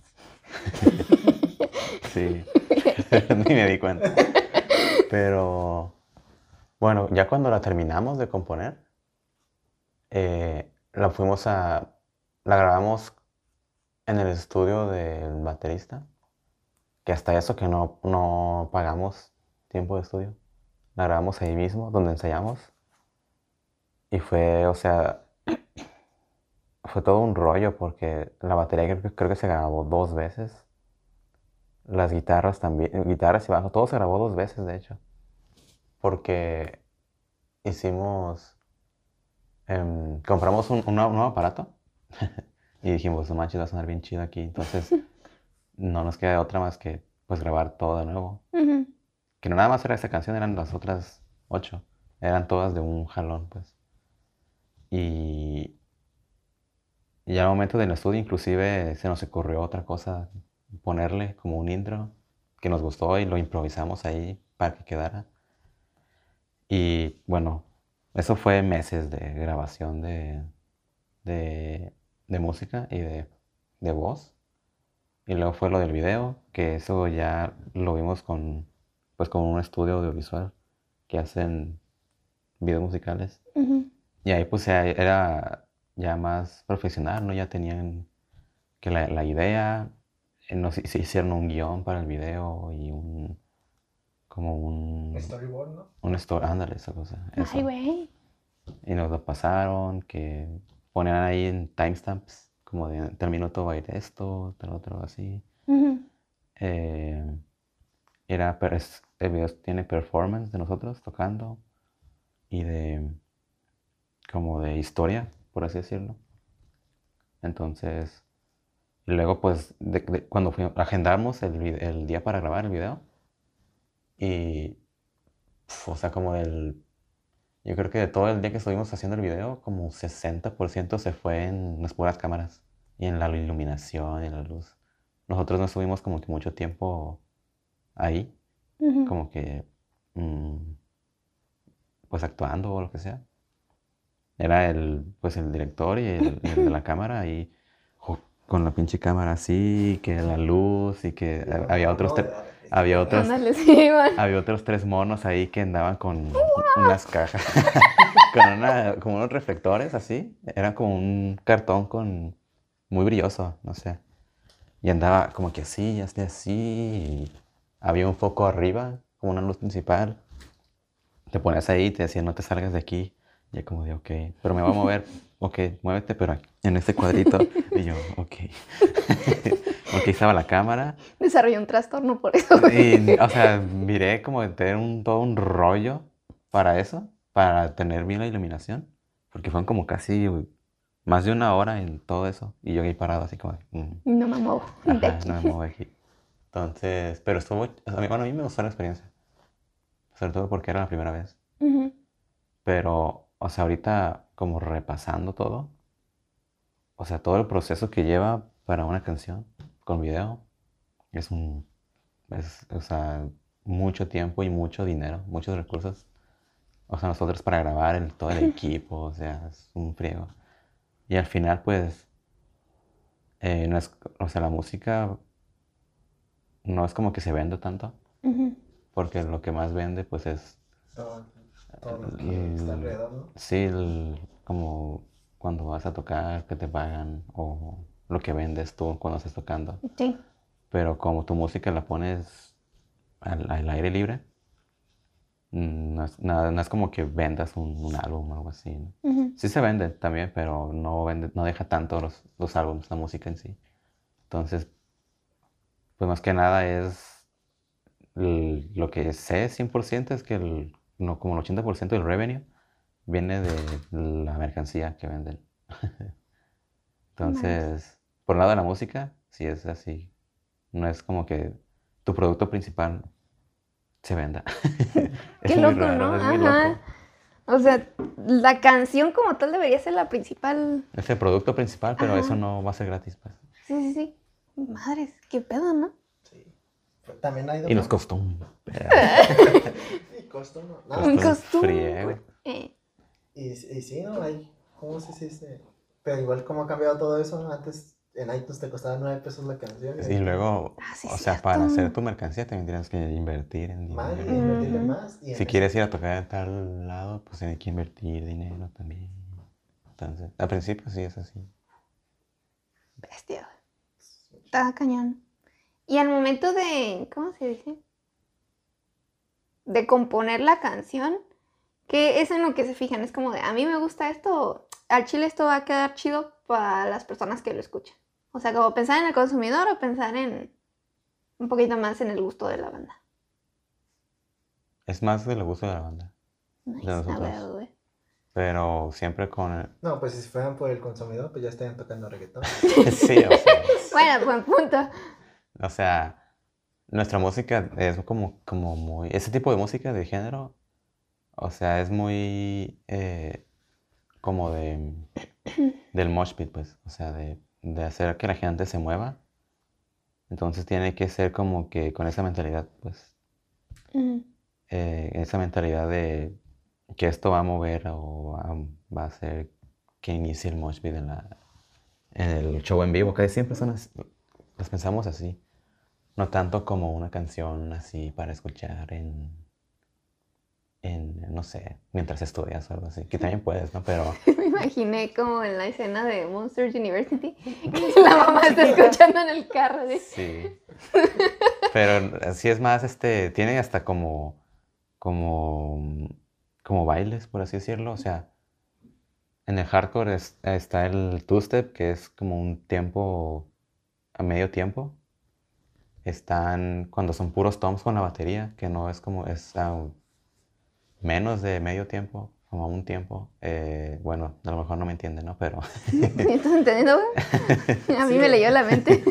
Sí, ni me di cuenta. Pero bueno, ya cuando la terminamos de componer, eh, la fuimos a, la grabamos en el estudio del baterista, que hasta eso que no, no pagamos tiempo de estudio. La grabamos ahí mismo, donde ensayamos. Y fue, o sea, fue todo un rollo porque la batería creo, que- creo que se grabó dos veces. Las guitarras también, guitarras y bajo, todo se grabó dos veces, de hecho. Porque hicimos, em, compramos un, un nuevo un nuevo aparato y dijimos, no manches, va a sonar bien chido aquí. Entonces, no nos queda otra más que, pues, grabar todo de nuevo. Ujú. Que no nada más era esta canción, eran las otras ocho. Eran todas de un jalón, pues. Y, y al momento del estudio, inclusive, se nos ocurrió otra cosa, ponerle como un intro que nos gustó y lo improvisamos ahí para que quedara. Y bueno, eso fue meses de grabación de, de, de música y de, de voz. Y luego fue lo del video, que eso ya lo vimos con, pues, con un estudio audiovisual que hacen videos musicales. Ujú. Y ahí pues ya era ya más profesional, ¿no? Ya tenían que la, la idea, eh, nos hi- se hicieron un guión para el video y un, como un, Storyboard, ¿no? un story, ándale, esa cosa, Ay, eso. güey. Y nos lo pasaron, que ponían ahí en timestamps, como de tal minuto va a ir esto, tal otro así. Ujú. Eh, era, per- es- el video tiene performance de nosotros tocando y de, como de historia, por así decirlo. Entonces, y luego pues, de- de- cuando fuimos, agendamos el, vide- el día para grabar el video y, pf, o sea, como el, yo creo que de todo el día que estuvimos haciendo el video, como sesenta por ciento se fue en las puras cámaras y en la iluminación y en la luz. Nosotros no estuvimos como que mucho tiempo ahí, Ujú. como que, mm, pues actuando o lo que sea. Era el, pues el director y el, y el de la cámara ahí jo- con la pinche cámara así, que la luz y que ha- había otros, tre- había otros, Ándale, sí, man. había otros tres monos ahí que andaban con unas cajas, con una, como unos reflectores así. Era como un cartón con muy brilloso, no sé. Y andaba como que así, así, así. Y había un foco arriba, como una luz principal. Te ponías ahí y te decían, no te salgas de aquí. Y yo como de, ok, pero me voy a mover. Ok, muévete, pero aquí, en este cuadrito. Y yo, ok. porque ahí estaba la cámara. Desarrolló un trastorno por eso, güey. Y, o sea, miré como de tener un, todo un rollo para eso, para tener bien la iluminación, porque fueron como casi más de una hora en todo eso, y yo ahí parado así como, de, mm, No me muevo de ajá, aquí. no me muevo de aquí. Entonces, pero estuvo, a mí, bueno, a mí me gustó la experiencia, sobre todo porque era la primera vez, Ujú. pero, o sea, ahorita como repasando todo, o sea, todo el proceso que lleva para una canción con video, es un, es, o sea, mucho tiempo y mucho dinero, muchos recursos. O sea, nosotros para grabar el, todo el equipo, o sea, es un friego. Y al final, pues, eh, no es, o sea, la música no es como que se vende tanto, Ujú. porque lo que más vende, pues, es, Todo, todo lo que el- está alrededor, ¿no? sí, el- como cuando vas a tocar, que te pagan, o lo que vendes tú cuando estás tocando. Sí. Pero como tu música la pones al, al aire libre, mm, no es, nada- no es como que vendas un, un álbum o algo así, ¿no? Ujú. Sí se vende también, pero no vende, no deja tanto los, los álbumes, la música en sí. Entonces, pues más que nada es el- lo que sé cien por ciento es que el, no, como el ochenta por ciento del revenue viene de la mercancía que venden. Nice. Entonces, por el lado de la música, sí es así. No es como que tu producto principal se venda. Qué Es muy loco, raro, ¿no? es muy Ajá. loco. O sea, la canción como tal debería ser la principal. Es el producto principal, pero Ajá. eso no va a ser gratis, pues. Sí, sí, sí. Madres, qué pedo, ¿no? Sí. Pero también ha ido. Y nos costó un pedo. Y costó, ¿no? No, Costó Un un costume. friego. Eh, Y, y sí, ¿no? Hay, ¿cómo se dice? Pero igual, ¿cómo ha cambiado todo eso? Antes en iTunes te costaba nueve pesos la canción. Y luego, Ah, sí, o sea, cierto. para hacer tu mercancía también tienes que invertir en Más, dinero. invertirle Ujú. más. Y en Si ese- quieres ir a tocar en tal lado, pues tienes que invertir dinero también. Entonces, al principio sí es así. bestia. Está cañón. Y al momento de, ¿cómo se dice? De componer la canción, que es en lo que se fijan, es como de, a mí me gusta esto, al chile esto va a quedar chido para las personas que lo escuchan. O sea, como pensar en el consumidor o pensar en un poquito más en el gusto de la banda. Es más del gusto de la banda. Nice, De a nosotros. huevo, güey. Pero siempre con... No, pues si fueran por el consumidor, pues ya estarían tocando reggaetón. Sí, o sea, Bueno, buen punto. o sea, nuestra música es como, como muy... Ese tipo de música de género, o sea, es muy... eh, como de... del mosh pit, pues. O sea, de, de hacer que la gente se mueva. Entonces tiene que ser como que con esa mentalidad, pues. Ujú. eh, esa mentalidad de que esto va a mover o va, va a hacer que inicie el mosh pit en, la, en el show en vivo. Casi siempre son así, las pensamos así. No tanto como una canción así para escuchar en, en, no sé, mientras estudias o algo así. Que también puedes, ¿no? Pero Me imaginé como en la escena de Monsters University, que la mamá está escuchando en el carro. ¿Sí? sí. Pero así es más, este, tiene hasta como, como, como bailes, por así decirlo. O sea, en el hardcore es- está el two-step, que es como un tiempo, a medio tiempo. Están cuando son puros toms con la batería, que no es como, es a menos de medio tiempo, como a un tiempo. Eh, bueno, a lo mejor no me entienden, ¿no? Pero... ¿Estás entendiendo, güey? A mí Sí. me leyó la mente.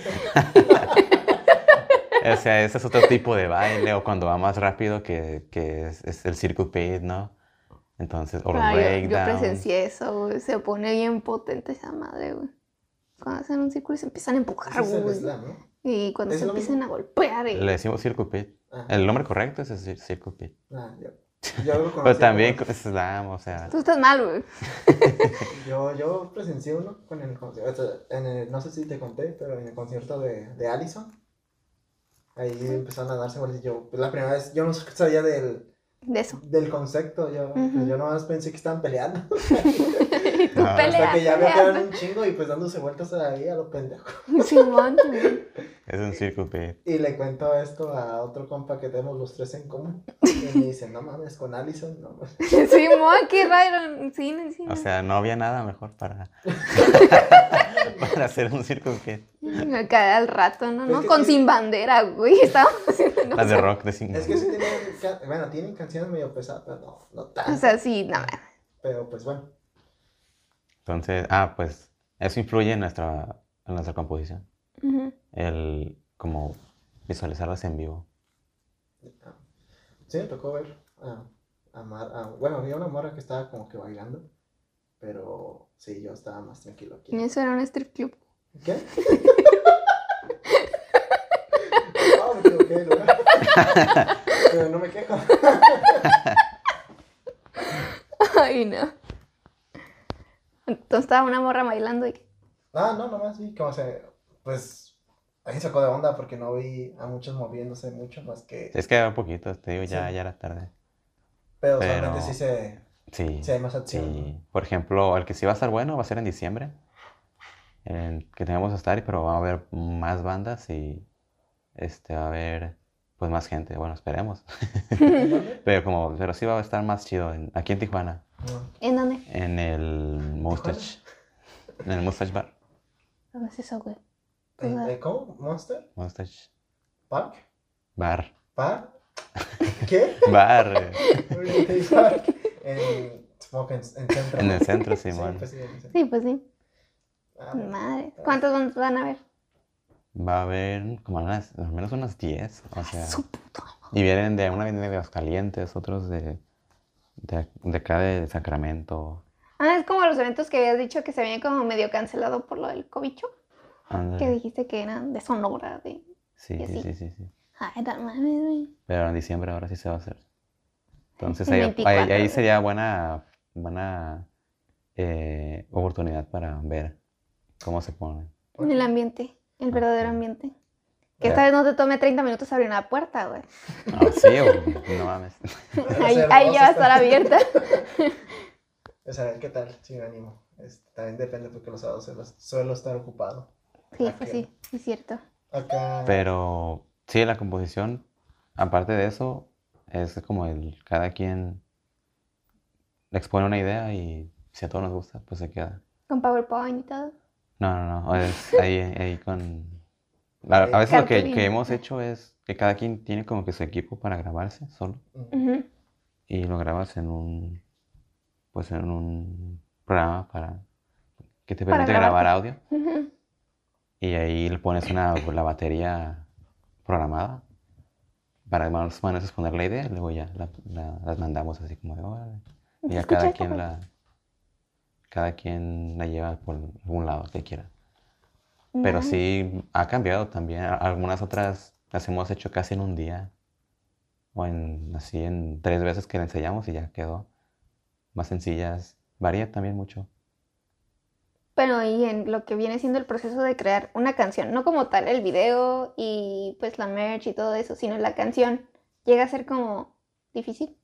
O sea, ese es otro tipo de baile, o cuando va más rápido, que, que es, es el circle pit, ¿no? Entonces, o los Ah, yo, yo breakdowns. presencié eso, güey. Se pone bien potente esa madre, güey. Cuando hacen un círculo y se empiezan a empujar, Ese es el güey. slam, ¿no? Y cuando ¿Es se lo empiezan mismo? a golpear. Y... Le decimos circle pit. Ajá. El nombre correcto es el cir- circle pit. Ah, yo, yo lo conocí Pero también como- con slam, o sea... Tú estás mal, güey. Yo, yo presencié uno con el concierto, en el, no sé si te conté, pero en el concierto de, de Allison. Ahí empezaron a darse vueltas y yo, pues, la primera vez, yo no sabía del, De eso. del concepto, yo, pues, Ujú. yo nomás pensé que estaban peleando. Y tú No, pelea, Hasta que ya me pelea, quedaron un chingo y pues dándose vueltas ahí a lo pendejo. Simón, güey. Es un circle pit. Y le cuento esto a otro compa que tenemos los tres en común. Y me dice, no mames, con Allison, no mames. Simón, qué raro. Sí, no, sí, no. O sea, no había nada mejor para... para hacer un circle pit. Acá al rato, ¿no? Es ¿no? que Con sí. Sin Bandera, güey. Estábamos haciendo una Las de cosa. rock de cinco. Es que sí tienen, ca- bueno, tienen canciones medio pesadas, pero no, no tanto. O sea, sí, nada. Pero pues bueno. Entonces, ah, pues eso influye en nuestra, en nuestra composición. Ujú. El como visualizarlas en vivo. Sí, me tocó ver a, a, Mar- a- bueno, había una morra que estaba como que bailando, pero sí, yo estaba más tranquilo aquí. Y eso era un strip club. ¿Qué? No, me equivoqué de lugar. Pero no me quejo. Ay, no. Entonces estaba una morra bailando y... Ah, no, nomás vi como se, pues, ahí sacó de onda porque no vi a muchos moviéndose mucho más que, Es que era un poquito, te digo, ya, Sí. ya era tarde. pero Pero- solamente sí se, Sí, sí hay más acción. sí. Por ejemplo, el que sí va a estar bueno va a ser en diciembre. El que tenemos que estar, pero va a haber más bandas y este va a haber pues más gente. Bueno, esperemos. ¿no? ¿En dónde? Pero como, pero sí va a estar más chido en- aquí en Tijuana, No. ¿En dónde? en el Mustache, en el Mustache Bar. ¿Dónde es eso, güey? ¿En- en ¿Cómo? ¿Monster? Mustache ¿Park? Bar. ¿Par? ¿Qué? Bar. eh, Holiday Park. En, supongo que en, en centro. En el centro, Sí, Simón. pues sí, en el centro. Sí, pues sí. Ah, bueno. Madre. ¿Cuántos van- van a ver? Va a haber como unas, al menos unas diez. O sea, Su puto. y vienen de una viene de Aguascalientes, otros de, de, de acá de Sacramento. Ah, es como los eventos que habías dicho que se habían como medio cancelado por lo del cobicho. Ándale. Que dijiste que eran de Sonora, de... Sí, y sí, así. sí, sí, sí. Ay, no mames, güey. Pero en diciembre ahora sí se va a hacer. Entonces El ahí, veinticuatro, ahí- ahí ¿no? sería buena, buena eh, oportunidad para ver cómo se pone. En el ambiente, el verdadero Ok. ambiente. Que esta vez no te tome treinta minutos abrir una puerta, güey. Ah, sí, o- no mames. Ahí, hacer ahí dos ya va a está- estar abierta. O sea, ¿qué tal? Sí, me animo. Este, también depende porque los sábados suelo, suelo estar ocupado. Sí, pues sí, sí es cierto. Acá. Pero sí, la composición, aparte de eso, es como el cada quien expone una idea y si a todos nos gusta, pues se queda. Con PowerPoint y todo. No, no, no, es ahí, ahí con... A, a veces lo que, Cartulina. que hemos hecho es que cada quien tiene como que su equipo para grabarse solo Ujú. y lo grabas en un, pues en un programa para que te Para permite grabar audio grabarte. Ujú. y ahí le pones una, la batería programada para más o menos exponer la idea y luego ya la, la- las mandamos así como de órale. Y ya Escucha cada esto, quien güey. la, cada quien la lleva por algún lado que quiera. Pero Nice. sí ha cambiado también. A- Algunas otras las hemos hecho casi en un día. O en así en tres veces que la ensayamos y ya quedó. Más sencillas. Varía también mucho. Pero y en lo que viene siendo el proceso de crear una canción, no como tal el video y pues la merch y todo eso, sino la canción, llega a ser como difícil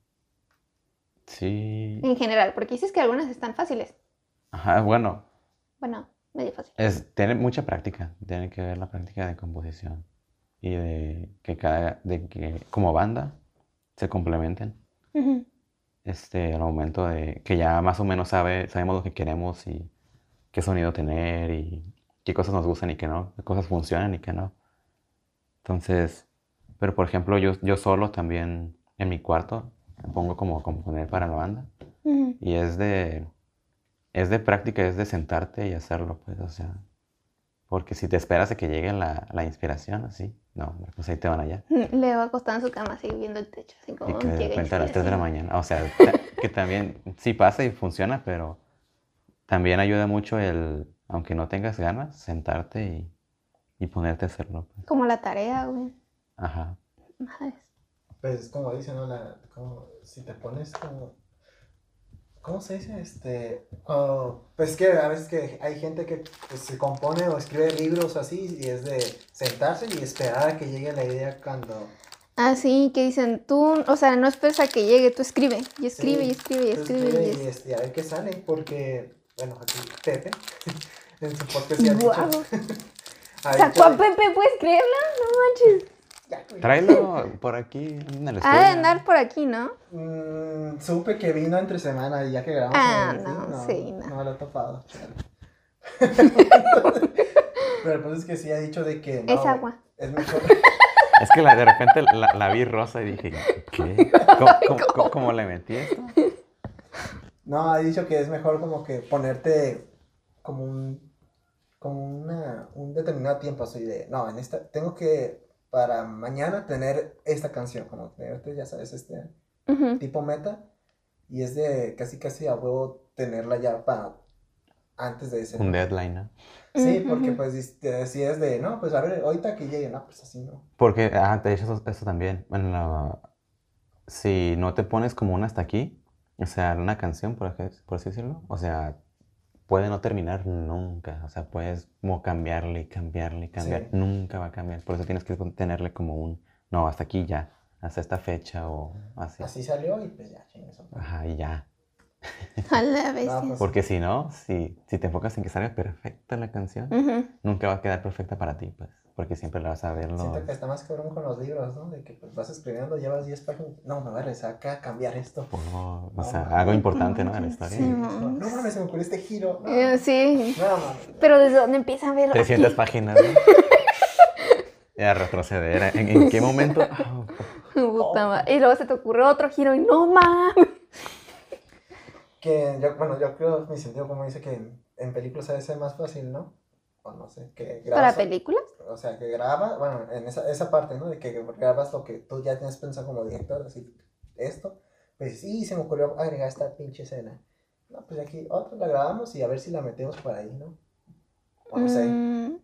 Sí. en general, porque dices que algunas están fáciles. Ajá, bueno. Bueno, medio fácil. Es, tiene mucha práctica. Tiene que ver la práctica de composición. Y de que cada, de que como banda se complementen. Ujú. Este, al momento de que ya más o menos sabe, sabemos lo que queremos y qué sonido tener y qué cosas nos gustan y qué no, qué cosas funcionan y qué no. Entonces, pero por ejemplo, yo, yo solo también en mi cuarto me pongo como a componer para la banda Ujú. y es de, es de práctica, es de sentarte y hacerlo, pues, o sea, porque si te esperas a que llegue la, la inspiración, así, no, pues ahí te van allá. Leo acostado en su cama así viendo el techo, así Y como que de llega repente a las tres de la inspiración. mañana. O sea, ta- que también sí pasa y funciona, pero también ayuda mucho el, aunque no tengas ganas, sentarte y, y ponerte a hacerlo. Pues. Como la tarea, güey. Ajá. Madres. Pues es como dicen, ¿no? La, como, si te pones como. ¿Cómo se dice? Este. Cuando, pues que a veces que hay gente que pues, se compone o escribe libros o así, y es de sentarse y esperar a que llegue la idea cuando. Ah, sí, que dicen, tú, o sea, no esperes a que llegue, tú escribe, y escribe, Sí, y escribe, y tú escribe, escribe y y, es... este, a ver qué sale, porque, bueno, aquí Pepe, en su podcast ya ha Guau. dicho. A ver, ¿Sacó a ¿qué- Pepe? ¿Puedes creerlo? No manches. ya, güey. Tráelo por aquí en el Ha de estudio. andar por aquí, ¿no? Mm, supe que vino entre semana y ya que grabamos Ah, en el no, fin, no, sí, no. no me lo he topado. chale. Pero el punto es que sí ha dicho de que no, Es güey, agua. es mejor. Es que la, de repente la, la vi rosa y dije, ¿qué? ¿Cómo, cómo, cómo- cómo le metí esto? No, ha dicho que es mejor como que ponerte como un, como una, un determinado tiempo así de, no, en esta, tengo que para mañana tener esta canción, como tenerte, ya sabes, este Ujú. tipo meta, y es de casi casi a huevo tenerla ya para antes de ese. Un ¿no? deadline, ¿no? Sí, Ujú. porque pues dis- te decías de, no, pues a ver, ahorita que llegue, no, pues así no. Porque, ah, de hecho, eso, eso también. En la- si no te pones como un hasta aquí, o sea, una canción, por, ej- por así decirlo, o sea, puede no terminar nunca. O sea, puedes como cambiarle y cambiarle y cambiar. Sí. Nunca va a cambiar. Por eso tienes que tenerle como un, no, hasta aquí ya, hasta esta fecha o así. Así salió y pues ya, chingues. Ajá, y ya. A la bestia. pues- Porque si no, si, si te enfocas en que salga perfecta la canción, Ujú. nunca va a quedar perfecta para ti, pues. Porque siempre la vas a ver los... Siento que está más cabrón con los libros, ¿no? De que pues vas escribiendo, llevas diez páginas, no, me voy a regresar acá a cambiar esto. Oh, o No, sea, no, algo no, importante, no ¿no? De la manches, historia. sí, y- no. No mames, se me ocurrió este giro. No, Eh, sí. no, no. Pero desde dónde empieza a ver. trescientas aquí? páginas, ¿no? Y a retroceder. ¿En, en qué momento? Ah, Puta madre. Y luego se te ocurre otro giro y no mames. Que yo, bueno, yo creo, mi sentido como dice que en, en películas debe ser más fácil, ¿no? O no sé, que ¿Para grabas. películas? O sea, que grabas, bueno, en esa, esa parte, ¿no? De que grabas lo que tú ya tienes pensado como director, así, esto. Pues sí, se me ocurrió agregar esta pinche escena. No, pues aquí otra la grabamos y a ver si la metemos por ahí, ¿no? O no sé. Mm.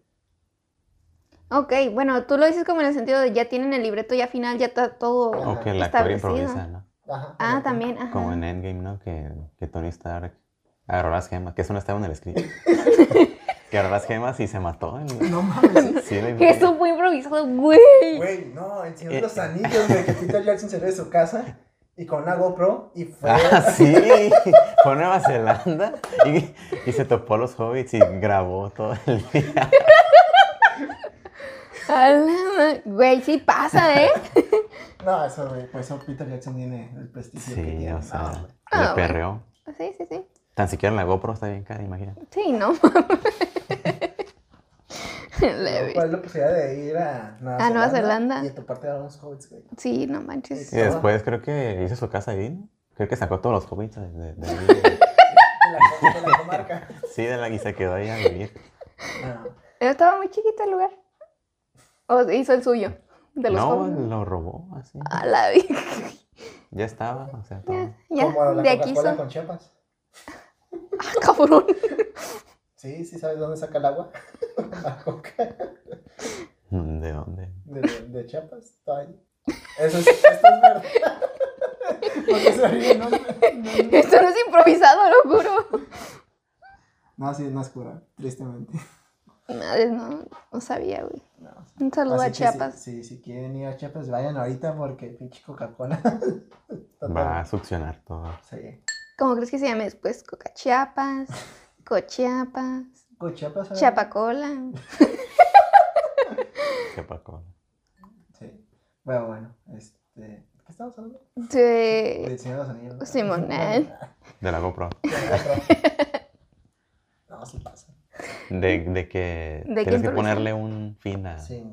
Ok, bueno, tú lo dices como en el sentido de ya tienen el libreto ya final, ya está todo o que el actor establecido. improvisa, ¿no? Ajá. Ah, correcto. también, ajá. Como en Endgame, ¿no? Que, que Tony Stark agarró las gemas, que eso no estaba en el script. Que agarró las gemas y se mató. el- No mames, ¿sí? Sí, lo Que eso fue improvisado, güey. Güey, no, el Señor de Eh. los Anillos, güey, que Peter Jackson salió de su casa y con una GoPro y fue. Ah, sí, fue a Nueva Zelanda y, y se topó a los hobbits y grabó todo el día. A la ma- Güey, sí pasa, ¿eh? No, eso, güey, pues eso Peter Jackson tiene el prestigio que Sí, tiene. o sea, No, güey. Ah, le bueno. perreó. Sí, sí, sí. Tan siquiera la GoPro está bien cara, imagínate. Sí, no. Leve. ¿Cuál es la posibilidad de ir a Nueva, A Nueva Zelanda. Y a toparte a unos hobbits, güey? Sí, no manches. Y después creo que hizo su casa ahí, ¿no? Creo que sacó todos los hobbits de, de- de ahí. De la, de la comarca. Sí, de la, y se quedó ahí a vivir. No. Pero estaba muy chiquito el lugar. O hizo el suyo. De los No, jóvenes. lo robó así. A la vi- Ya estaba, o sea, todo. Ya, ya, Como la de aquí Coca-Cola son. con Chiapas. Ah, cabrón. Sí, sí, ¿sabes dónde saca el agua? La coca ¿De dónde? de, de Chiapas. Está ahí. Eso es, esto es verdad. Porque se ríe, no, no, no. Esto no es improvisado, lo juro. No, sí, es más cura, tristemente. Madre, no, no sabía, güey. No, sí. Un saludo Así a que Chiapas. Si, si, si quieren ir a Chiapas, vayan ahorita porque pinche Coca-Cola. está Va a todo- succionar todo. Sí. ¿Cómo crees que se llame después? Coca Chiapas, Cochiapas, Con Chiapas. ¿sabes? Chiapacola. Qué paco. Sí. Bueno, bueno. Este, ¿qué estamos hablando? Sí. Del Señor de los Anillos. ¿no? Simonel. De la GoPro. No, sí pasa. De, de que ¿De qué tienes que improvisar? ponerle un fin a... Sí.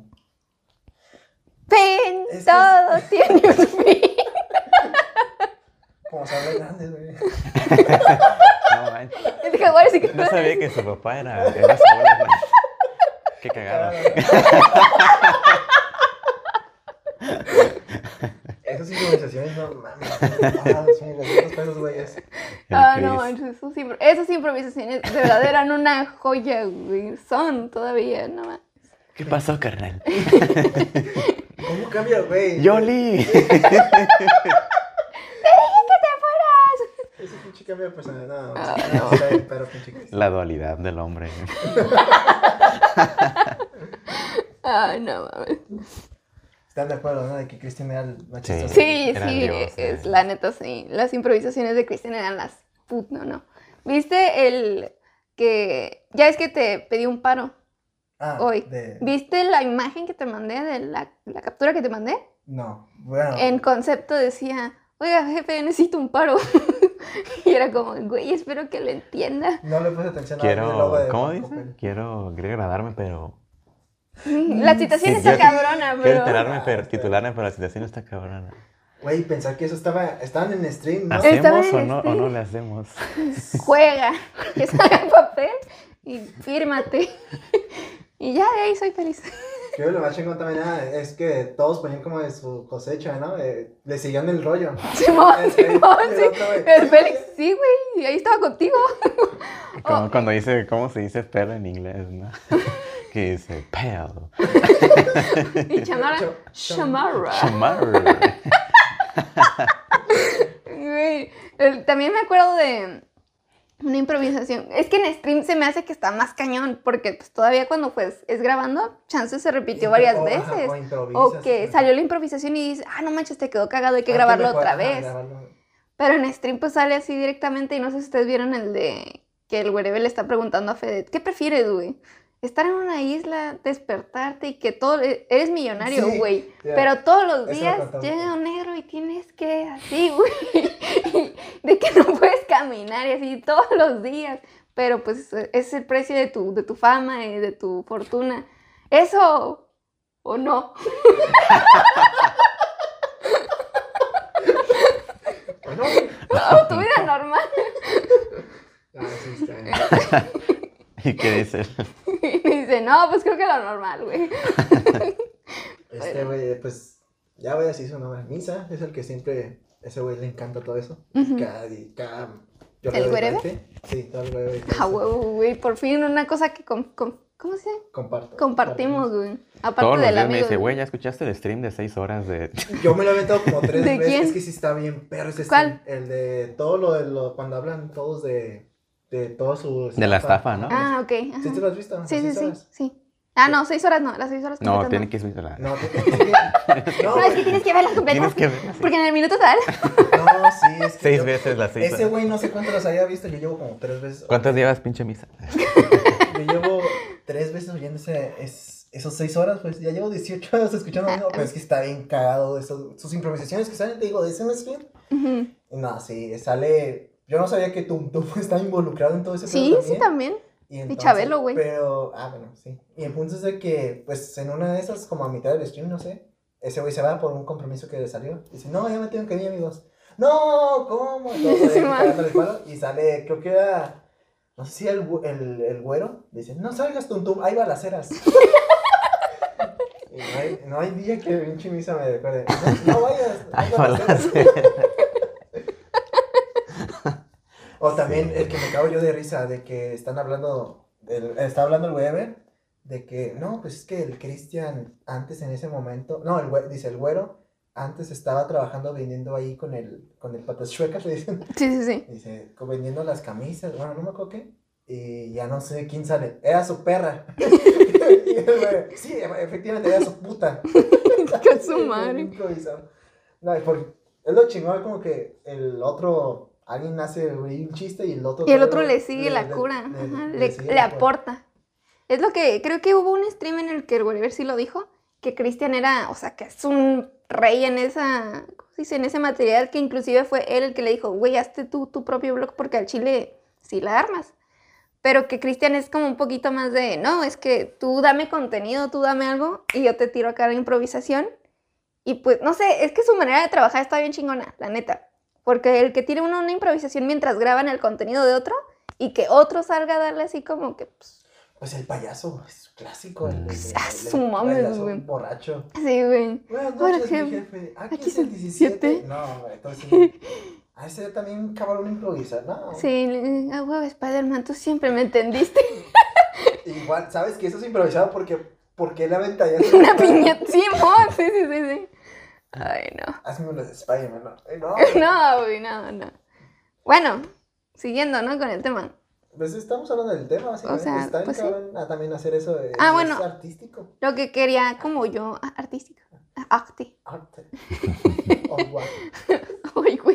Fin, Es que todo tiene un fin. Como se habla grande, güey. No, manches. El jaguar sí que No sabía que su papá era, era Saúl Hernández. Qué cagado. Esas improvisaciones, no mames. Ah, sí, los otros pesos, güeyes. El Ah, no Chris. manches, esos impro- esas improvisaciones de verdad eran una joya, güey. Son todavía, no más. ¿Qué pasó, carnal? ¿Cómo cambia, güey? ¡Yoli! Ese pinche cambio de personalidad. No, Ah, no. no. Está bien, pero pinche Cristo. La dualidad del hombre. Ay, no mames. Están de acuerdo, ¿no? De que Cristian era el más Sí. chistoso. Sí, Eran sí, dioses. es, la neta, sí. Las improvisaciones de Cristian eran las put, no, no. ¿Viste el que ya es que te pedí un paro Ah, hoy? de... ¿Viste la imagen que te mandé de la, la captura que te mandé? No, bueno. En concepto decía, oiga, jefe, necesito un paro. Y era como, güey, espero que lo entienda. No le puse atención a el logo Quiero, de ¿cómo Paco dice? Pérez. Quiero, quiero agradarme, pero... La situación Sí, está quiero- cabrona, Quiero pero... enterarme, pero titularme, pero la situación está cabrona. Güey, pensar que eso estaba, estaban en stream, ¿no? Hace- Estaba ¿Hacemos en o no, o stream. no le hacemos? Juega, que salga el papel y fírmate. Y ya de ahí soy feliz. Creo que lo más chingón también ah, es que todos ponían como de su cosecha, ¿no? Eh, le siguieron el rollo. Simón, El- el- Simón, el sí. otro, güey. El Félix, sí, güey, ahí estaba contigo. Como Oh. cuando dice, ¿cómo se dice perro en inglés, no? Que dice, pale, Y Chamara, Ch- Chamara. chamar. Güey, el- también me acuerdo de una improvisación. Es que en stream se me hace que está más cañón, porque pues todavía cuando pues es grabando, chance se repitió varias O- ajá, veces. O, improvisas, O que ajá. salió la improvisación y dices, ah, no manches, te quedó cagado, hay que Hay grabarlo mejorar, otra ajá, vez. grabarlo. Pero en stream pues sale así directamente y no sé si ustedes vieron el de que el güerebe le está preguntando a Fede, ¿qué prefieres, güey? Estar en una isla, despertarte y que todo... Eres millonario, Sí, güey. ya. Pero todos los Eso lo días contamos. llega un negro y tienes que así, güey. De que no puedes caminar y así todos los días. Pero pues es el precio de tu, de tu fama y de tu fortuna. ¿Eso o no? ¿O no? No, tu vida normal. Ah, sí, está bien. ¿Y qué dice? Y dice, no, pues creo que lo normal, güey. Este güey, pues, ya voy a decir su nombre. Misa es el que siempre, ese güey le encanta todo eso. Ujú. Cada, di- cada, yo ¿El le doy güerebe? veinte. Sí, todo el güey. Ah, huevo, güey, por fin una cosa que, com- com- ¿cómo se dice? Comparto. Compartimos, güey. Aparte Todos los del días me amigo. dice, güey, ¿ya escuchaste el stream de seis horas de...? Yo me lo he aventado como tres ¿De veces. quién? Es que sí está bien, pero ese ¿Cuál? El de todo lo de lo, cuando hablan todos de, de todo su... De la estafa, ¿no? Ah, ok. ajá. ¿Sí te lo has visto? Sí, sí, ¿Las seis sí, horas? sí. Ah, no, seis horas no, las seis horas No, completas tiene que subir la... No, es que- no, No, es que tienes que verlas Tienes completas. que verlas. Porque en el minuto tal. no, sí, es que Seis yo- veces las seis Ese horas. güey no sé cuántos los había visto, yo llevo como tres veces. ¿Cuántas llevas, pinche misa? Yo llevo tres veces oyendo ese, es, esos seis horas, pues ya llevo dieciocho horas escuchando lo mismo, pero es que está bien cagado, eso, sus improvisaciones que salen, te digo, de ese stream. Ujú. No, sí, sale, yo no sabía que Tum Tum estaba involucrado en todo ese Sí, pedo sí, también. Y, Y entonces, Chabelo, güey. Pero, ah, bueno, sí. Y el punto es de que, pues, en una de esas, como a mitad del stream, no sé, ese güey se va por un compromiso que le salió. Dice, no, ya me tengo que ir, amigos. No, ¿cómo? Y todo, Sí, ahí man. cagándole el palo, y sale, creo que era, no sé si el, gü- el, el güero, dice, no salgas, Tum Tum, hay balaceras. Y no hay, no hay día que pinche misa me recuerde, no, no vayas, hay Ay, balaceras. balaceras. O también Sí. el que me cago yo de risa, de que están hablando, el, está hablando el Weber, de que, no, pues es que el Cristian antes en ese momento, no, el güe- dice el güero, antes estaba trabajando vendiendo ahí con el, con el patas chuecas, le dicen, Sí, sí, sí. dice, co- vendiendo las camisas, bueno, no me acuerdo qué, y ya no sé quién sale, era su perra, y el güey, sí, efectivamente era su puta. Con su madre. Improvisado. No, y por- es lo chingón, como que el otro... Alguien hace güey, un chiste y el otro... Y el todo otro lo- le sigue la cura. le- ajá, le Le, sigue le la cura. aporta. Es lo que creo que hubo un stream en el que el Wherever sí lo dijo, que Cristian era, o sea, que es un rey en esa, ¿cómo se dice? En ese material, que inclusive fue él el que le dijo, güey, hazte tú tu propio blog porque al chile sí la armas. Pero que Cristian es como un poquito más de, no, es que tú dame contenido, tú dame algo y yo te tiro acá la improvisación. Y pues, no sé, es que su manera de trabajar está bien chingona, la neta. Porque el que tiene uno una improvisación mientras graban el contenido de otro y que otro salga a darle así como que, pues, Pues el payaso, es clásico. El, el- Ah, el- su mames, payaso güey. borracho. sí, güey. Buenas Ahora noches, que- mi jefe. Aquí, aquí es el es el diecisiete. diecisiete. No, güey, entonces... A ese también cabrón improvisar, ¿no? Sí, le- ah, huevo, Spider-Man, tú siempre me entendiste. Igual, ¿sabes que eso es improvisado? Porque, porque la ventana... Una piñata, sí, mon, sí, sí, sí, sí. Ay, no. Hazme uno de Spider-Man, ¿no? Ay, no. No, güey, no, no. Bueno, siguiendo, ¿no? Con el tema. Pues estamos hablando del tema, básicamente. O sea, Está bien pues sí. cabrón a también hacer eso. de- Ah, es bueno. artístico. Lo que quería, como yo, ah, artística, ah, arte. Arte. Oh, wow. Ay, güey.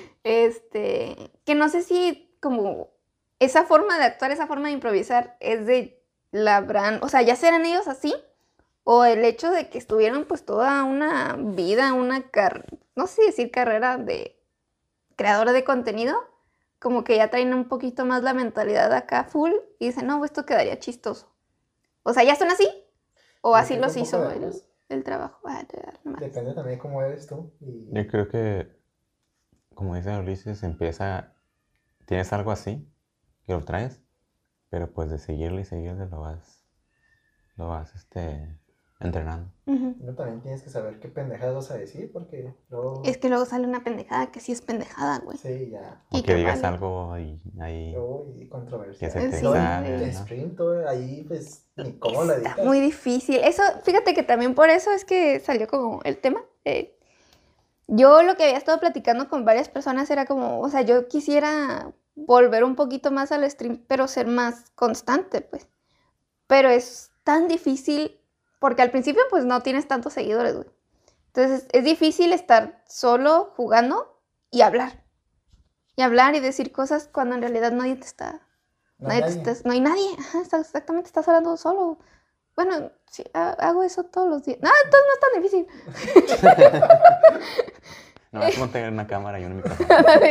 Este, que no sé si como esa forma de actuar, esa forma de improvisar es de la brand, o sea, ya serán ellos así, o el hecho de que estuvieron pues toda una vida, una carrera, no sé decir carrera de creadora de contenido, como que ya traen un poquito más la mentalidad acá full y dicen, no, esto quedaría chistoso. O sea, ¿ya son así? ¿O así Depende los un poco hizo de el, ambos. el trabajo? Ah, te da nomás. Depende también cómo eres tú. Y... Yo creo que, como dice Ulises, empieza, tienes algo así, que lo traes, pero pues de seguirle y seguirle lo vas, lo vas, este, entrenando. Ujú. No, también tienes que saber qué pendejadas vas a decir, porque luego... Es que luego sale una pendejada que sí es pendejada, güey. Sí, ya. O Y que que digas vale. algo y ahí, Uy, controversia. que se te Sí, sale, güey. El ¿no? stream, todo ahí, pues, ni cómo lo Está editas. muy difícil. Eso, fíjate que también por eso es que salió como el tema. Eh, yo lo que había estado platicando con varias personas era como, o sea, yo quisiera volver un poquito más al stream, pero ser más constante, pues. Pero es tan difícil porque al principio pues no tienes tantos seguidores, güey. Entonces es difícil estar solo jugando y hablar. Y hablar y decir cosas cuando en realidad nadie te está... No hay nadie te nadie. está- no hay nadie. Ajá, está- exactamente, estás hablando solo. Bueno, sí, ha- hago eso todos los días. No, entonces no es tan difícil. No, es como tener una cámara y un micrófono.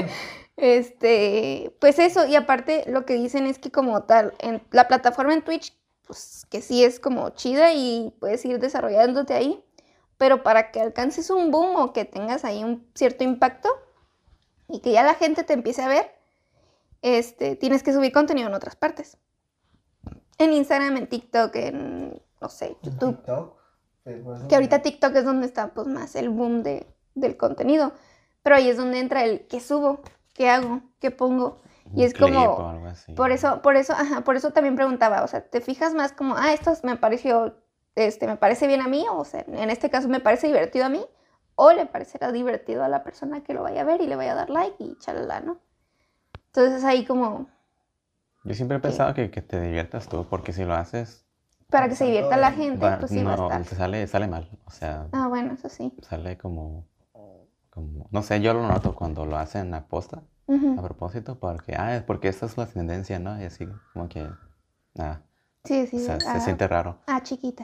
Este, pues eso, y aparte lo que dicen es que como tal, en la plataforma en Twitch, pues que sí es como chida y puedes ir desarrollándote ahí, pero para que alcances un boom o que tengas ahí un cierto impacto y que ya la gente te empiece a ver, este, tienes que subir contenido en otras partes. En Instagram, en TikTok, en, no sé, En YouTube. TikTok, pues, bueno, Que ahorita TikTok es donde está pues más el boom de, del contenido. Pero ahí es donde entra el qué subo, qué hago, qué pongo. Y Un es clip como, o algo así. por eso, por eso, ajá, por eso también preguntaba, o sea, ¿te fijas más como, ah, esto me pareció, este, me parece bien a mí, o sea, en este caso me parece divertido a mí, o le parecerá divertido a la persona que lo vaya a ver y le vaya a dar like y chalala, ¿no? Entonces ahí como, Yo siempre he pensado que, que te diviertas tú, porque si lo haces, para que se Pensando divierta la en- gente, va- pues sí va a no, estar. te sale, sale mal. O sea, Ah, bueno, eso sí. sale como, como, no sé, yo lo noto cuando lo hacen a posta, Ujú. a propósito, porque, ah, es porque esta es la tendencia, ¿no? Y así, como que, nada, Sí, o sí. sea, ah, se siente raro. ah, chiquita.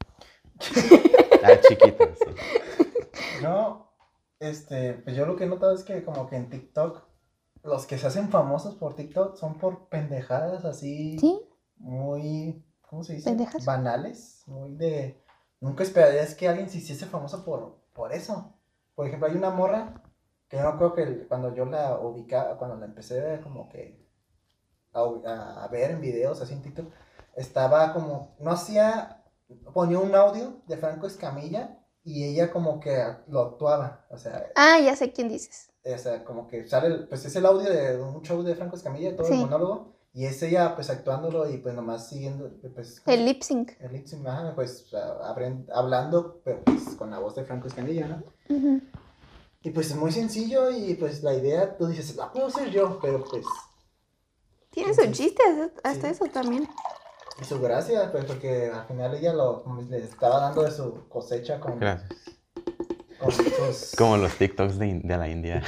Ah, chiquita, sí. No, este, pues yo lo que he notado es que como que en TikTok, los que se hacen famosos por TikTok son por pendejadas así, ¿Sí? muy, ¿cómo se dice? ¿Pendejas? Banales, muy de... Nunca esperarías que alguien se hiciese famoso por, por eso. Por ejemplo, hay una morra que yo me acuerdo que el- cuando yo la ubicaba, cuando la empecé a ver como que a, u- a- a ver en videos así en TikTok, estaba como, no hacía, ponía un audio de Franco Escamilla y ella como que lo actuaba, o sea, Ah, ya sé quién dices. o sea, como que sale, el- pues es el audio de un show de Franco Escamilla, todo el Sí. monólogo, y es ella pues actuándolo y pues nomás siguiendo, pues... ¿cómo El se- lip sync. el lip sync, ajá, pues a- abren- hablando, pero pues con la voz de Franco Escamilla, ¿no? Ujú. Y pues es muy sencillo y pues la idea, tú dices, la puedo hacer yo, pero pues... Tiene Sí, su sí. chiste, hasta Sí. eso también. Y su gracia, pues porque al final ella lo, como le estaba dando de su cosecha con, Gracias. con sus... Como los TikToks de, in- de la India.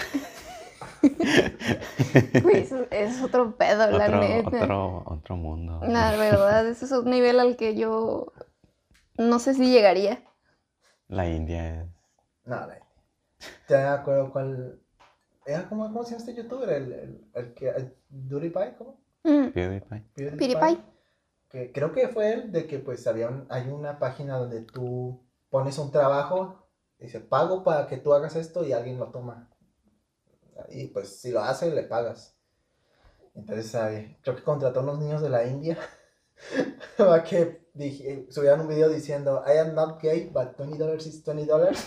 Güey, eso es otro pedo, la Otro, neta. otro, otro mundo. La verdad, eso es un nivel al que yo no sé si llegaría. La India es... No, no. ¿Te acuerdo cuál? Era como, ¿cómo se llama este youtuber? El, el, el que... el PewDiePie, ¿cómo? Mm, PewDiePie. PewDiePie. Que creo que fue él de que pues había un- hay una página donde tú pones un trabajo, dice pago para que tú hagas esto y alguien lo toma. Y pues si lo hace, le pagas. Entonces, ¿sabe? Creo que contrató a unos niños de la India para que dije, subieran un video diciendo I am not gay, but twenty dollars is twenty dollars.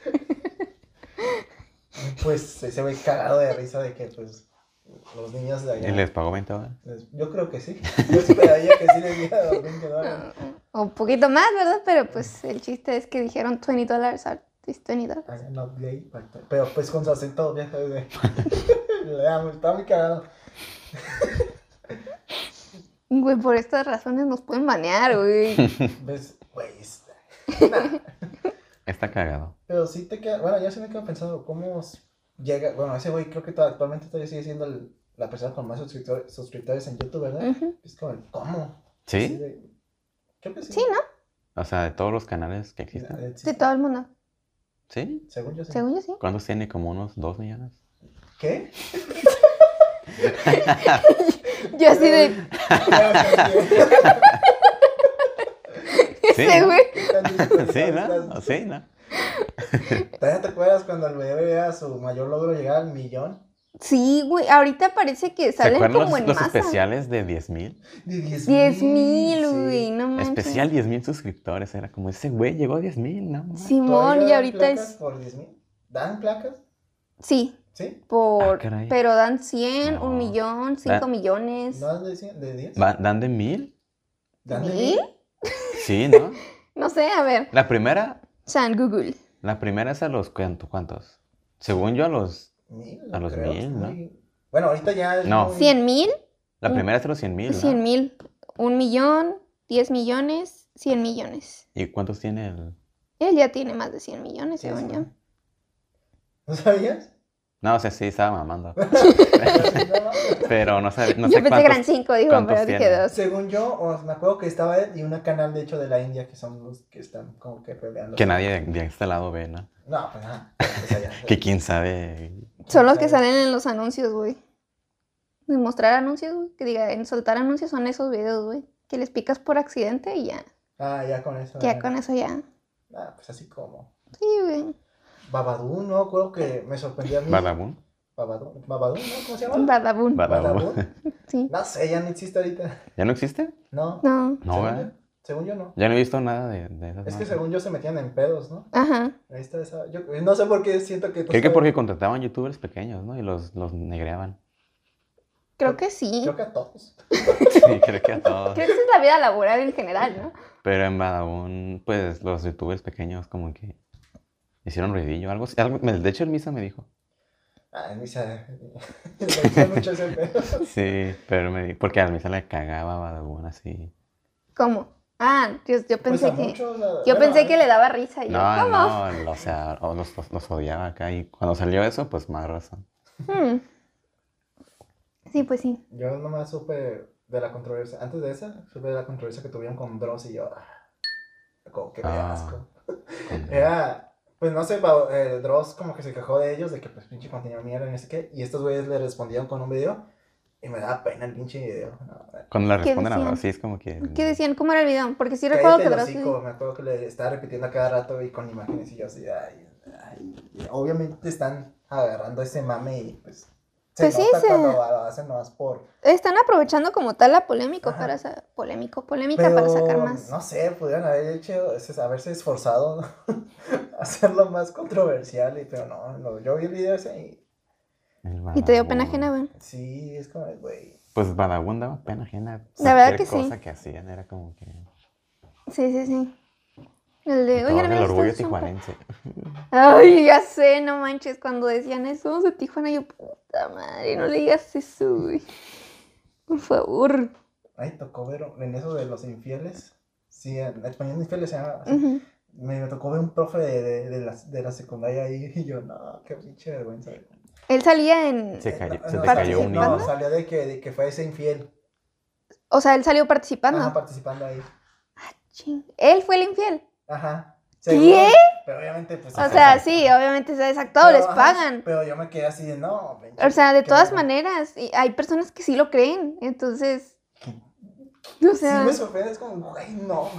Pues ese güey cagado de risa de que pues los niños de allá. ¿Y les pagó veinte dólares? les- Yo creo que sí. Yo esperaría que sí les diera los veinte dólares. O un poquito más, ¿verdad? Pero pues el chiste es que dijeron veinte dólares, es veinte dólares. I am not gay, but... pero pues con su acento viejo de... Le amo, está muy cagado. Güey, por estas razones nos pueden banear, güey. ¿Ves? Güey, está... Nah. Está cagado. Pero sí te queda, bueno, yo sí me quedo pensando cómo s- llega, bueno, ese güey creo que to- actualmente todavía sigue siendo el- la persona con más suscriptores, suscriptores en YouTube, ¿verdad? Ujú. Es como, el, ¿cómo? Así ¿Sí? de- creo que sí. Sí, ¿no? O sea, de todos los canales que Ya, existen. existe. De todo el mundo. ¿Sí? Según yo sí. Según yo sí. ¿Cuántos tiene? ¿Como unos dos millones? ¿Qué? Yo así de... Sí, Ese ¿no? güey. Sí, ¿no? Sí, ¿no? ¿Todavía te acuerdas cuando el bebé veía su mayor logro llegar al millón? Sí, güey. Ahorita parece que ¿Se salen acuerdan como los, en los masa. especiales de diez mil? De diez diez mil, sí. güey. No manches. Especial diez mil suscriptores. Era como, ese güey llegó a diez mil, ¿no? Simón, ¿Todavía y dan ahorita placas es... por diez mil? ¿Dan placas? Sí, ¿Sí? por... Ah, caray. Pero dan cien, No. un millón, cinco Da- millones. ¿No dan de cien? ¿De diez? Va- ¿Dan de mil? ¿Dan de ¿Mil? mil? Sí, ¿no? No sé, a ver. La primera, San Google. la primera es a los ¿cuánto- ¿cuántos? Según yo a los... Mil, A los creo, mil, está ¿no? muy- Bueno, ahorita ya es No. muy- ¿Cien mil? La Mm. primera es a los cien mil, ¿no? Cien mil. Un millón, diez millones, cien millones. ¿Y cuántos tiene el...? Él ya tiene más de cien millones, Sí, según sí. yo. ¿No sabías? No, o sea, sí, estaba mamando. No, Pero no, sabe, no yo sé pensé cuántos... que eran cinco, digo, cuántos pero dije tiene. dos. Según yo, o- me acuerdo que estaba él y un canal de hecho de la India que son los que están como que peleando. Que nadie de este lado ve, ¿no? No, pues nada. pues allá. Que quién sabe... Son los que salen en los anuncios, güey. De mostrar anuncios, güey. Que diga, en soltar anuncios son esos videos, güey. Que les picas por accidente y ya. Ah, ya con eso. Ya eh. con eso ya. Ah, pues así como. Sí, güey. Babadú, no, creo que me sorprendió a mí. ¿Badabun? Babadú, Babadú, ¿no? ¿Cómo se llama? Badabun. Badabun. Sí. No sé, ya no existe ahorita. ¿Ya no existe? No. No. No, según, ¿verdad? yo, según yo no. Ya no he visto nada de, de esas Es que madres. según yo se metían en pedos, ¿no? Ajá. Ahí está esa. Yo no sé por qué siento que. Creo que porque contrataban youtubers pequeños, ¿no? Y los, los negreaban. Creo que sí. Creo que a todos. Sí, creo que a todos. Creo que esa es la vida laboral en general, ¿no? Pero en Badabun, pues los youtubers pequeños como que hicieron ruidillo, algo así. Algo, de hecho, el Misa me dijo. Ah, en Misa. Le decía mucho ese pedo. Sí, pero me dijo, porque al Misa le cagaba Badabun así. ¿Cómo? Ah, yo, yo Pues pensé a que... muchos, o sea, Yo bueno, pensé a- que le daba risa. Y yo, No, ¿cómo? no, o sea, o los, los, los odiaba acá. Y cuando salió eso, pues más razón. Hmm. Sí, pues sí. Yo nomás supe de la controversia. Antes de esa, supe de la controversia que tuvieron con Dross y yo. ah, Como que me Ah. asco. Con- Era, pues no sé, Ba- eh, Dross como que se quejó de ellos, de que pues pinche contenido mierda y no sé qué. Y estos güeyes le respondieron con un video. Y me daba pena el pinche video. No, Cuando le ¿Qué responden a decían? Dross, sí es como que... ¿Qué decían? ¿Cómo era el video? Porque sí recuerdo que cállate el Dross... hocico, me acuerdo que le estaba repitiendo a cada rato y con imágenes y yo así, ay, ay. Y obviamente están agarrando ese mame y pues se Pues sí, nota se- cuando lo hacen nomás por... Están aprovechando como tal la polémica Ajá. para sa- polémico, polémica Pero, para sacar más. no sé, pudieron haber hecho, ese- haberse esforzado, ¿no? Hacerlo más controversial, y, pero no, no, yo vi el video ese y el Y te dio pena Badabun. ajena, güey. sí, es como, güey, Pues Badabun daba pena ajena. La verdad Cualquier que sí. cosa que hacían era como que... Sí, sí, sí. El de, Todo oigan, el amigos, orgullo estos son pa-". tijuanense. Ay, ya sé, no manches, cuando decían eso, somos de Tijuana, yo, puta madre, no le digas eso, güey. Por favor. ay, tocó ver en eso de los infieles, sí, en español infieles se llama así. Ujú. Me, me tocó ver un profe de, de, de, la, de la secundaria ahí y yo, no, qué pinche vergüenza. Él salía en... Se cayó, No, se no, te cayó un No, hilo. salió de que, de que fue ese infiel. O sea, él salió participando. Ajá, participando ahí. Ching. Él fue el infiel. Ajá. ¿Qué? Seguro, pero obviamente, pues. O ajá. sea, sí, obviamente se ha desactuado, Pero, les ajá, pagan. Pero yo me quedé así de, no. pinche, O sea, de qué todas vergüenza. maneras, y hay personas que sí lo creen, entonces... O sea, Sí me sorprende, es como, güey, no.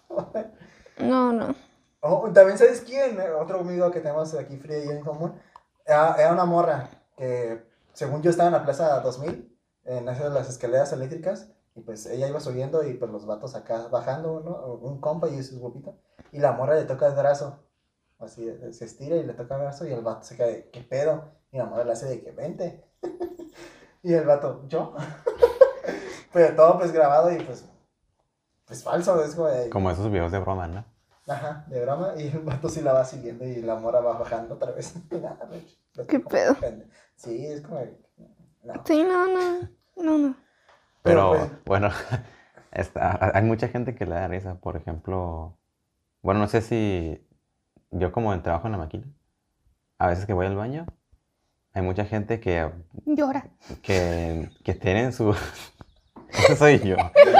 no, no. Oh, también, ¿sabes quién? Otro amigo que tenemos aquí, Frida y yo en común. Era, era una morra que, según yo, estaba en la Plaza dos mil, en esas de las escaleras eléctricas. Y pues ella iba subiendo y pues los vatos acá bajando, ¿no? Un compa y su grupito. Y la morra le toca el brazo. Así, se estira y le toca el brazo y el vato se cae, ¿qué pedo? Y la morra le hace de que vente. Y el vato, ¿yo? Pero todo pues grabado y pues, pues falso, es como de... Como esos videos de broma, ¿no? Ajá, de broma, y el vato sí la va siguiendo y la morra va bajando otra vez. Y nada, pues, lo ¿Qué como pedo? pende- Sí, es como... de, no. Sí, no, no, no, no. Pero, Pero, pues, bueno, está, hay mucha gente que le da risa. Por ejemplo, bueno, no sé si yo como trabajo en la máquina, a veces que voy al baño, hay mucha gente que, Llora. que, que tienen su... Eso soy yo.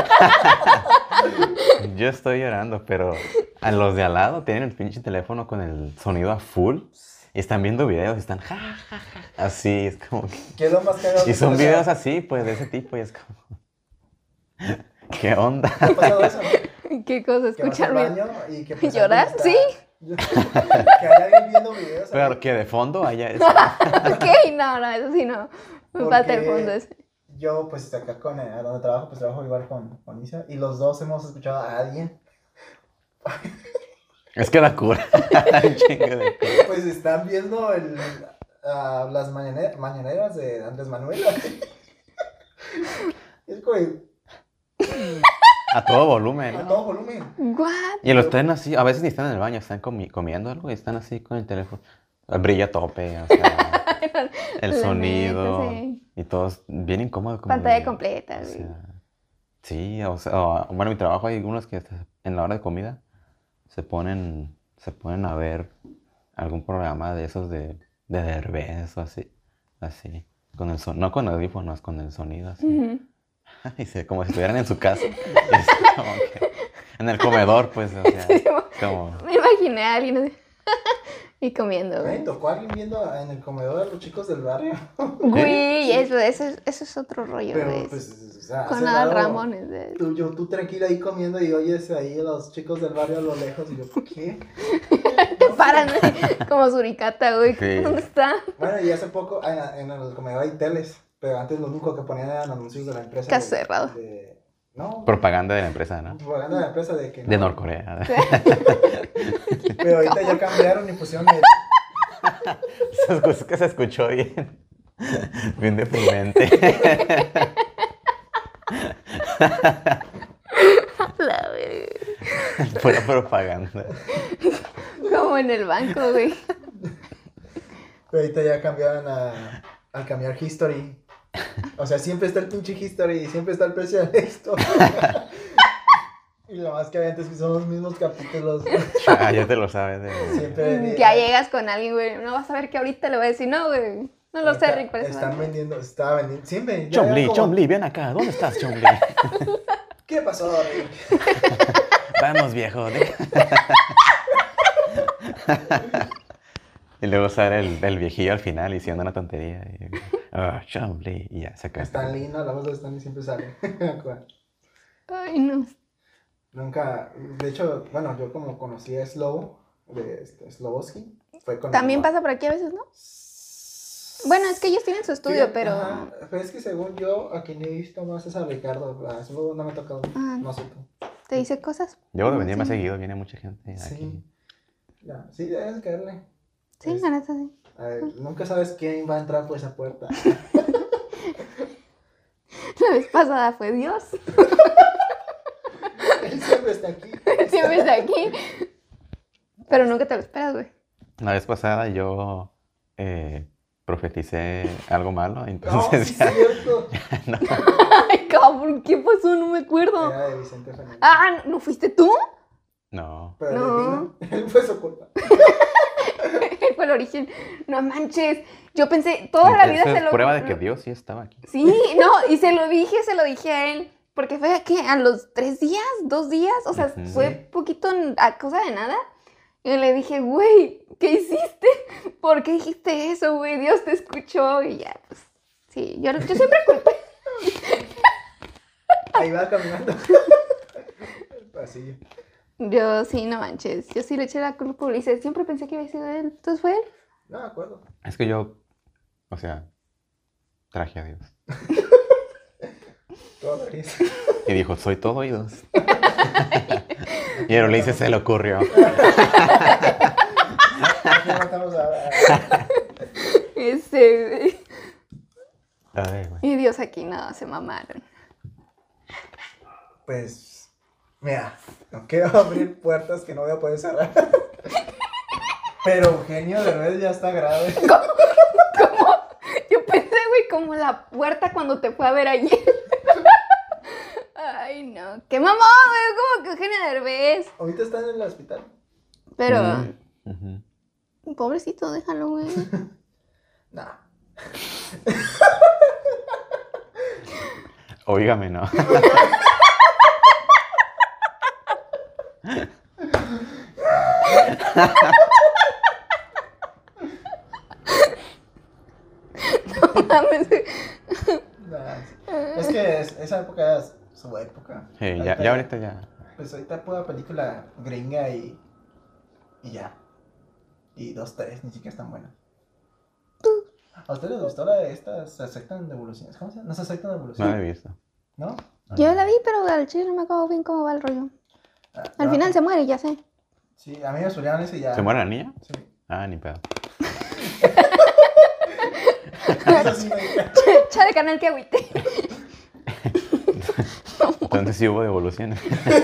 Yo estoy llorando, pero a los de al lado tienen el pinche teléfono con el sonido a full Y están viendo videos y están ja, ja, ja. Así, es como que... ¿Qué es lo más cagado? Y que son te pasa? videos así, pues, de ese tipo, y es como... ¿Qué onda? ¿Te ha pasado eso, no? ¿Qué cosa? Que vas al Escucharme. baño y que pues, ¿Llorar? alguien Sí. está- Que hay alguien viendo videos. Pero ahí. que de fondo haya eso. Ok, no, no, eso sí no. Me falta el Porque fondo ese. Yo, pues, acá con eh, donde trabajo, pues trabajo igual con, con Isa. Y los dos hemos escuchado a alguien. Es que da cura. Un chingo de cura. Pues están viendo el, ah, las mañane- mañaneras de Andrés Manuel. Es como A todo volumen, a ¿no? todo volumen. What? Y los traen así, a veces ni están en el baño, están comi- comiendo algo y están así con el teléfono. Brilla a tope, o sea, el La sonido. neta, sí. Y todos bien incómodos. como Pantalla de- completa, o güey. sea, sí, o sea, o- bueno, mi trabajo hay algunos que hasta en la hora de comida se ponen, se ponen a ver algún programa de esos de, de Derbez o así, así, con el son, no con audífonos, con el sonido así. Ujú. Y se, como si estuvieran en su casa. Y es como que en el comedor, pues, o sea, Sí, como... Me imaginé a alguien así. Y comiendo, Me güey. tocó a alguien viendo en el comedor a los chicos del barrio. Güey, eso, eso, es- eso es otro rollo, Pero, güey. pues, o sea, Con hace Adal raro, Ramones. güey. Tú, yo, tú tranquila ahí comiendo y oyes ahí a los chicos del barrio a lo lejos. Y yo, ¿qué? Paran, güey, como suricata, güey. Sí. ¿Dónde está? Bueno, y hace poco en, en el comedor hay teles. Pero antes lo único que ponían eran anuncios de la empresa. Que has de- cerrado. de- no, Propaganda de la empresa, ¿no? propaganda de la empresa de que. De no. Norcorea. Pero ahorita ya cambiaron y pusieron el. Es que se escuchó bien. Bien deprimente. La verga. Pura propaganda. Como en el banco, güey. Pero ahorita ya cambiaron a, a cambiar History. O sea, siempre está el pinche History y siempre está el precio de esto. Y lo más que había antes que son los mismos capítulos. Ah, ya te lo sabes. De... Siempre. Ya llegas con alguien, güey. No vas a ver que ahorita le voy a decir, no, güey. No lo sé, Está- Rick, pero Están vendiendo, estaba vendiendo. Siempre. ya Chomli, era como, Chomli, ven acá. ¿Dónde estás, Chomli? ¿Qué pasó, Rick? Vamos, viejo. de- Y luego sale el, el viejillo al final diciendo una tontería. Y, oh, Chomli. Y ya se acaba. Stan Lee, ¿no? La voz de Stan Lee siempre sale. Ay, no. Nunca. De hecho, bueno, yo como conocí a Slow, de este, Slowowski, fue con. También el- pasa por aquí a veces, ¿no? Bueno, es que ellos tienen su estudio, Fíjate, pero... ajá, pero es que según yo, a quien he visto más es a Ricardo. A Slow no me ha tocado. Ah. No sé tú. ¿Te dice cosas? Debo de venir más Sí. seguido, viene mucha gente Sí. aquí. Ya, sí, debes caerle. Sí, Es- la neta, sí. A ver, nunca sabes quién va a entrar por esa puerta. La vez pasada fue Dios. Él siempre está aquí. Siempre está aquí. Pero nunca te lo esperas, güey. La vez pasada yo eh, profeticé algo malo, No, sí entonces es ya... cierto. no. Ay, cabrón, ¿qué pasó? No me acuerdo. Era de Vicente Fernández. Ah, ¿no fuiste tú? No. Pero no. de ti no. Él fue su culpa. Él fue el origen. No manches. Yo pensé, toda la vida Eso se es lo... prueba de que Dios sí estaba aquí. Sí, no, y se lo dije, se lo dije a él. Porque fue que a los tres días, dos días, o sea, Ujú. fue poquito a cosa de nada. Y le dije, güey, ¿qué hiciste? ¿Por qué dijiste eso, güey? Dios te escuchó. Y ya, pues, sí, yo, yo siempre culpé. Ahí va caminando. El pasillo. Yo sí, no manches. Yo sí le eché la culpa. Le hice, siempre pensé que había sido él. ¿Entonces fue él? No me acuerdo. Es que yo, o sea, traje a Dios. Todo risa. Y dijo, soy todo oídos. Y él le dice, se le ocurrió. Aquí matamos a. a- Ese, güey. Ay, güey. Y Dios aquí, no, se mamaron. Pues. Mira, no quiero abrir puertas que no voy a poder cerrar. Pero Eugenio de vez ya está grave. ¿Cómo? Yo pensé, güey, como la puerta cuando te fue a ver ayer. Ay, no. ¡Qué mamón, güey! Como que Eugenio Derbez. Ahorita está en el hospital. Pero, Mm, ujú. pobrecito, déjalo, güey. No. Óigame, no. que es- esa época es su época. Sí, ya, ya ahorita ya. Pues ahorita pura película gringa y. Y ya. Y dos, tres, ni siquiera están buenas. ¿A ustedes les gustó la de estas? ¿Se aceptan devoluciones? ¿Cómo se llama? No se aceptan No la he devoluciones. visto. ¿No? Yo la vi, pero al chile no me acabo bien cómo va el rollo. Ah, Al no, final se muere, ya sé. Sí, a mí me subieron ese y ya. ¿Se muere la niña? Sí. Ah, ni pedo. Eso sí me- Cha de canal que agüite. Entonces sí hubo devoluciones.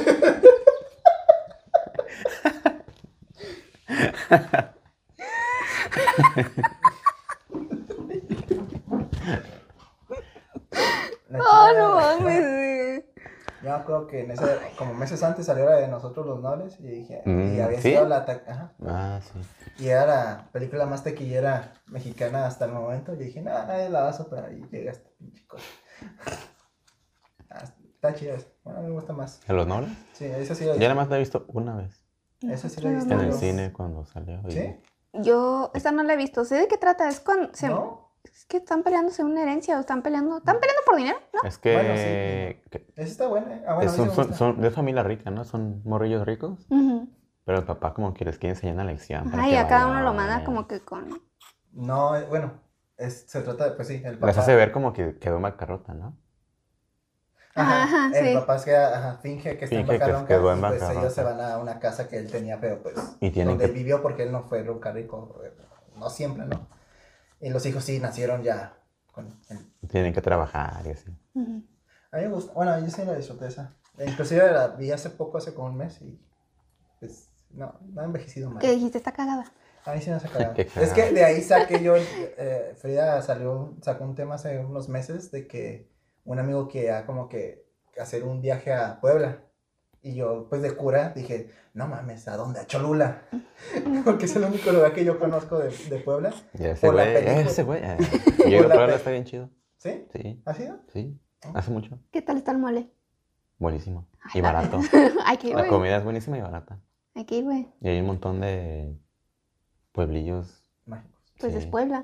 La Oh, chingada. no mames, güey. Yo me acuerdo que en ese, como meses antes salió la de Nosotros los Nobles y dije, y Mm, había ¿sí? sido la, ta- ajá, Ah, sí. y era la película más taquillera mexicana hasta el momento. Yo dije, nada, nadie la va a superar y llega esta pinche cosa. Ah, está chida esa. Bueno, me gusta más. ¿En los nobles? Sí, esa sí la Yo nada más la he visto una vez. Esa sí la he visto. En el Pero- cine cuando salió. y- ¿Sí? Yo, esta no la he visto. ¿Sé de qué trata? Es cuando se... ¿No? Es que están peleándose una herencia o están peleando... ¿Están peleando por dinero? ¿No? Es que, Bueno, sí. que- Esa está buena. ¿Eh? Ah, bueno, a mí sí son, me son, gusta. son de familia rica, ¿no? Son morrillos ricos. Ujú. Pero el papá como que les quiere enseñar una lección. para Ay, que a cada uno lo valoren. manda como que con... No, eh, bueno, es, se trata de, pues sí, el papá. Les hace ver como que quedó en bancarrota, ¿no? Ajá, Ajá, el sí. papá es que ajá, finge que está Finge en que bancarrota quedó en y pues bancarrota. ellos se van a una casa que él tenía, pero pues Y tienen donde que- vivió porque él no fue nunca rico, eh, no siempre, ¿no? Y los hijos sí nacieron ya con el- Tienen que trabajar y así. Ujú. A mí me gusta, bueno, yo sí la disfruté esa. E inclusive la vi hace poco, hace como un mes y pues no, no ha envejecido mal. ¿Qué dijiste? Está cagada. A mí sí me ha sacado. Qué Es cagado. que de ahí saqué yo, eh, Frida salió, sacó un tema hace unos meses de que un amigo quería como que hacer un viaje a Puebla. Y yo, pues de cura, dije, no mames, ¿a dónde? A Cholula. Porque es el único lugar que yo conozco de, de Puebla. Y ese Por la güey, película. ese güey. eh. Por Y yo la creo que pe- está bien chido. ¿Sí? Sí, ¿Ha sido? sí. Oh. Hace mucho. ¿Qué tal está el mole? Buenísimo. Ay, Y la- barato. Hay que ir, La güey. comida es buenísima y barata. Hay que ir, güey. Y hay un montón de pueblillos. Mágicos. Pues Sí. es Puebla.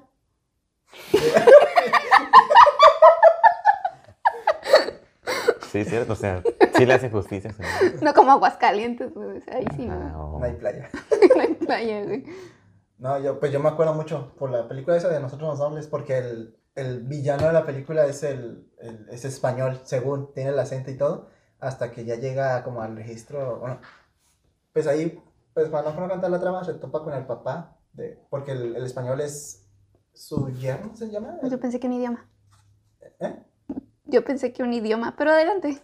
Sí, cierto. O sea, sí le hace justicia. a su- No como Aguascalientes, güey. O sea, ahí sí, Ah, no. o- No hay playa. No hay playa, güey. No, yo, pues yo me acuerdo mucho por la película esa de Nosotros los Nobles, porque el, el villano de la película es el, el- es español, según tiene el acento y todo, hasta que ya llega como al registro, bueno, pues ahí, pues para no contar la trama, se topa con el papá, de, porque el, el español es su yerno, ¿se llama? Yo pensé que un idioma. ¿Eh? Yo pensé que un idioma, pero adelante.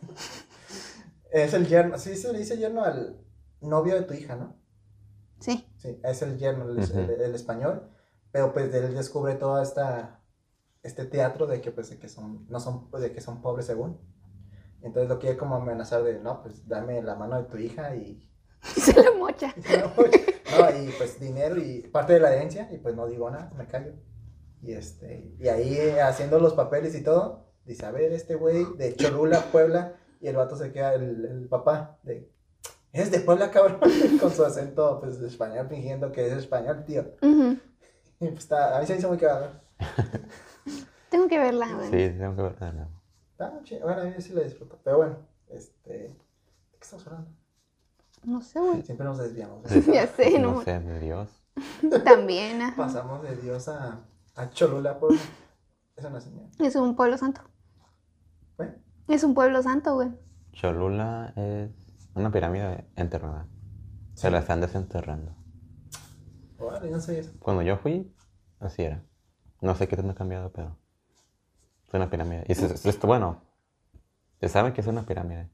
Es el yerno, sí se le dice yerno al novio de tu hija, ¿no? Sí. Sí, es el yerno, el, Ujú. el- el español, pero pues él descubre toda esta, este teatro de que pues de que son, no son, pues, de que son pobres según. Entonces lo quiere como amenazar de, no, pues dame la mano de tu hija y, Se la mocha. y se la voy. No, y pues dinero y parte de la herencia y pues no digo nada, me callo. Y este, y ahí eh, haciendo los papeles y todo, dice, a ver, este güey de Cholula, Puebla, y el vato se queda, el, el papá, de, es de Puebla, cabrón, con su acento, pues, de español, fingiendo que es español, tío. Ujú. Y pues está, a mí se me hizo muy cagado. Tengo que verla, güey. Sí, tengo que verla de nuevo. Está chido, bueno, a mí sí la disfruto, pero bueno, este, ¿de qué estamos hablando? No sé, güey. Siempre nos desviamos. Ya sé, No no. sé, de Dios. También, ajá. Pasamos de Dios a, a Cholula, Puebla. Es una señal. Es un pueblo santo. ¿Eh? Es un pueblo santo, güey. Cholula es una pirámide enterrada. Se la están desenterrando. Órale, yo no sé eso. Cuando yo fui, así era. No sé qué tanto ha cambiado, pero es una pirámide. Y se, se- bueno, se sabe que es una pirámide.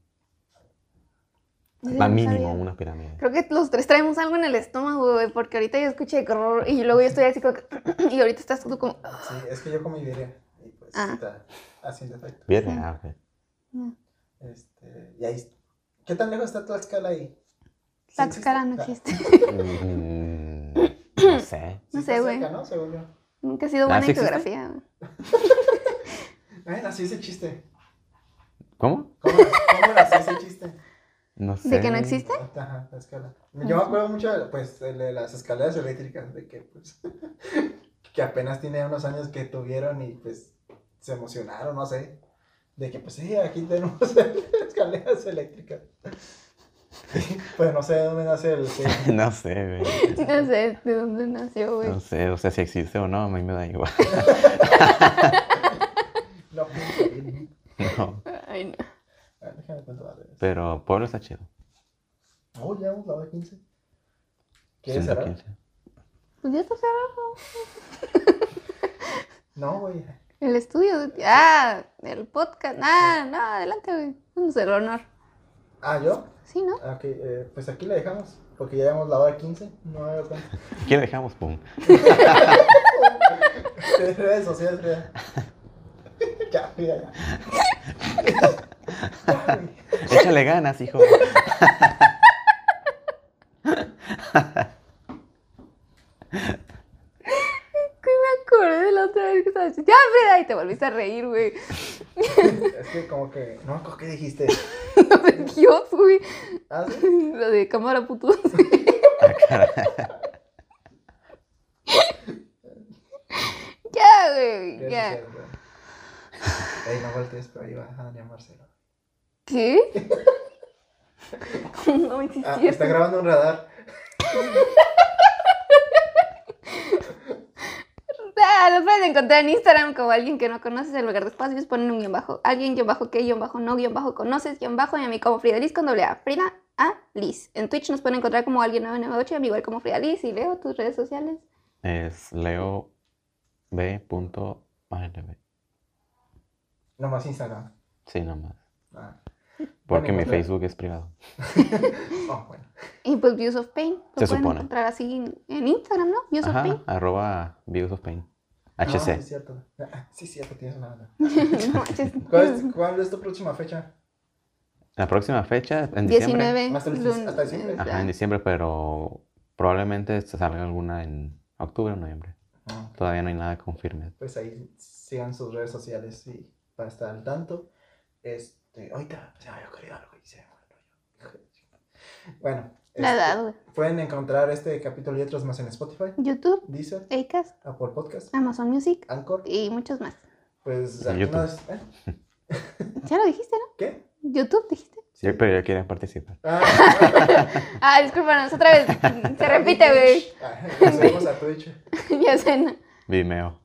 Sí, Va no mínimo sabía. una pirámide. Creo que los tres traemos algo en el estómago, güey, porque ahorita yo escuché grrr, y luego yo estoy así como que- y ahorita estás tú como Sí, es que yo comí birria y pues Ah. está haciendo efecto. Bien, Sí. ah, ok. mm, Este, y ahí, ¿qué tan lejos está Tlaxcala ahí? ¿Sí Tlaxcala no existe? existe. Mm, no sé. Sí No sé, está güey. cerca, ¿no? Según yo. Nunca he sido Ah, buena ¿sí en existe? geografía, güey. Ay, nació ese chiste. ¿Cómo? ¿Cómo, cómo nació ese chiste? No sé. ¿De que no existe? Ajá, Tlaxcala. Yo me acuerdo mucho, de, pues, de de las escaleras eléctricas, de que, pues, que apenas tiene unos años que tuvieron y, pues, se emocionaron, no sé. De que, pues sí, aquí tenemos escaleras eléctricas. Pues no sé de dónde nace el... No sé, güey. No sé de dónde nació, güey. No sé, o sea, si existe o no, a mí me da igual. No, pinche. No, Ay, no. A ver, déjame cuento más de eso. pero Pueblo está chido. Oh, ya vamos a la hora quince. ¿Quieres ciento cerrar? quince. Pues ya está cerrado. No, güey. El estudio. Ah, el podcast. Ah, no, adelante, güey. Vamos el honor. Ah, ¿yo? Sí, ¿no? Ah, ok, eh, pues aquí la dejamos. Porque ya llevamos la hora quince. No me doy cuenta. Aquí le dejamos, pum. Redes sociales, Frida. Ya, Frida, ya. Ya, güey. Échale ganas, hijo. Que me acordé de la otra vez que estabas diciendo, ¡ya, Frida! Y te volviste a reír, güey. Es que como que... No me acuerdo qué dijiste. Lo de Dios, güey. ¿Ah, sí? Lo de cámara puto. Ah, caray. Ya, güey. Redes Ya. sociales, güey. Ey, no voltees, pero ahí va a Marcelo. ¿Qué? No me hiciste Ah, cierto. está grabando un radar. Ah, lo puedes encontrar en Instagram como alguien que no conoces en lugar de espacios, ponen un guión bajo, alguien guión bajo que guión bajo no guión bajo conoces guión bajo y a mí como Frida Liz con doble A, Frida A Liz. En Twitch nos pueden encontrar como alguien nueve nueve ocho y a mí igual como Frida Liz. Y Leo, tus redes sociales. Es leo b punto a l b. No más Instagram. Sí, nomás. Ah. Porque Bueno, mi pues, Facebook es privado. Oh, bueno. Y pues Views of Pain. Lo Se pueden supone. encontrar así en, en Instagram, ¿no? Views of Pain. Ajá, arroba Views of Pain. Ah, H C. sí, es cierto. Ah, sí, es cierto, tienes una banda. No manches. ¿Cuál es, ¿Cuál es tu próxima fecha? La próxima fecha, en diciembre. diecinueve. Hasta el- lun- hasta diciembre. Ajá, en diciembre, pero probablemente se salga alguna en octubre o noviembre. Ah, Todavía no hay nada confirme. pues ahí sigan sus redes sociales y para estar al tanto. Este, ahorita se me había ocurrido algo y se me olvidó. Bueno, La este, edad, güey. pueden encontrar este capítulo y otros más en Spotify, YouTube, Deezer, Acast, Apple Podcast, Amazon Music Anchor. y muchos más. Pues En aquí YouTube. nos- ¿eh? Ya lo dijiste, ¿no? ¿Qué? YouTube, dijiste. Sí, pero ya quieren participar. Ah, Ah, discúlpanos, otra vez. Se repite, güey. Ah, nos vemos a Twitch. Ya sé, ¿no? Vimeo.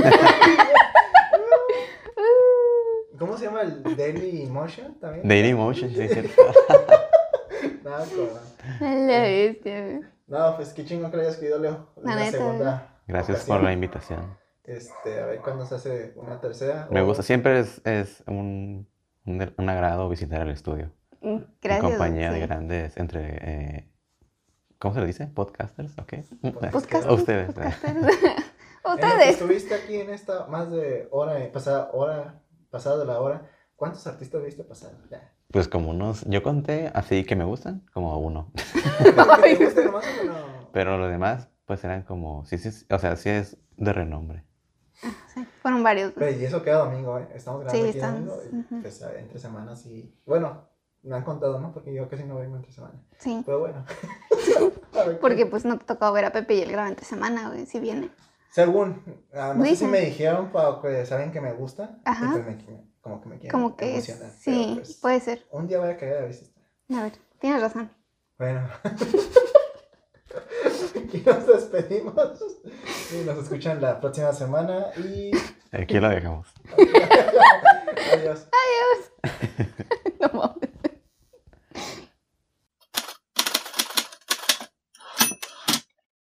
¿Cómo se llama el Daily Motion también? Daily Motion, sí, es cierto. Nada, como- La bestia, güey. No, pues qué chingón que lo hayas querido, Leo. La Una neta, segunda. Gracias ocasión. por la invitación. Este, a ver cuándo se hace una tercera. Me o- gusta, siempre es, es un, un, un agrado visitar el estudio. Mm, Gracias. En compañía güey, de sí. grandes, entre, eh, ¿cómo se le dice? ¿Podcasters? ¿Ok? Podcasters, Ustedes. podcasters. En lo que Ustedes. estuviste aquí en esta más de hora, eh, pasada, hora, pasada de la hora, ¿cuántos artistas viste pasar? Ya. Pues como unos, yo conté así que me gustan, como uno. ¿Te gusta nomás o no? Pero los demás, pues eran como, sí, sí, o sea, sí es de renombre. Sí, fueron varios. güey. Pero y eso queda domingo, ¿eh? Estamos grabando Sí, aquí estamos, domingo. y, ujú. Pues a- entre semanas y. Bueno, me han contado, ¿no? Porque yo casi no vengo entre semana. Sí. Pero bueno. A ver qué- Porque pues no te tocó ver a Pepe y él graba entre semana, güey, si viene. Según, ah, no sé si Dicen. me dijeron para que saben que me gusta. Ajá. Y pues me, me- como que me quieren Como que es- emocionar. sí, pero, pues, puede ser. un día voy a caer a ver si está. A ver, tienes razón. Bueno. Aquí nos despedimos. Y nos escuchan la próxima semana. Y. Aquí lo dejamos. Adiós. Adiós.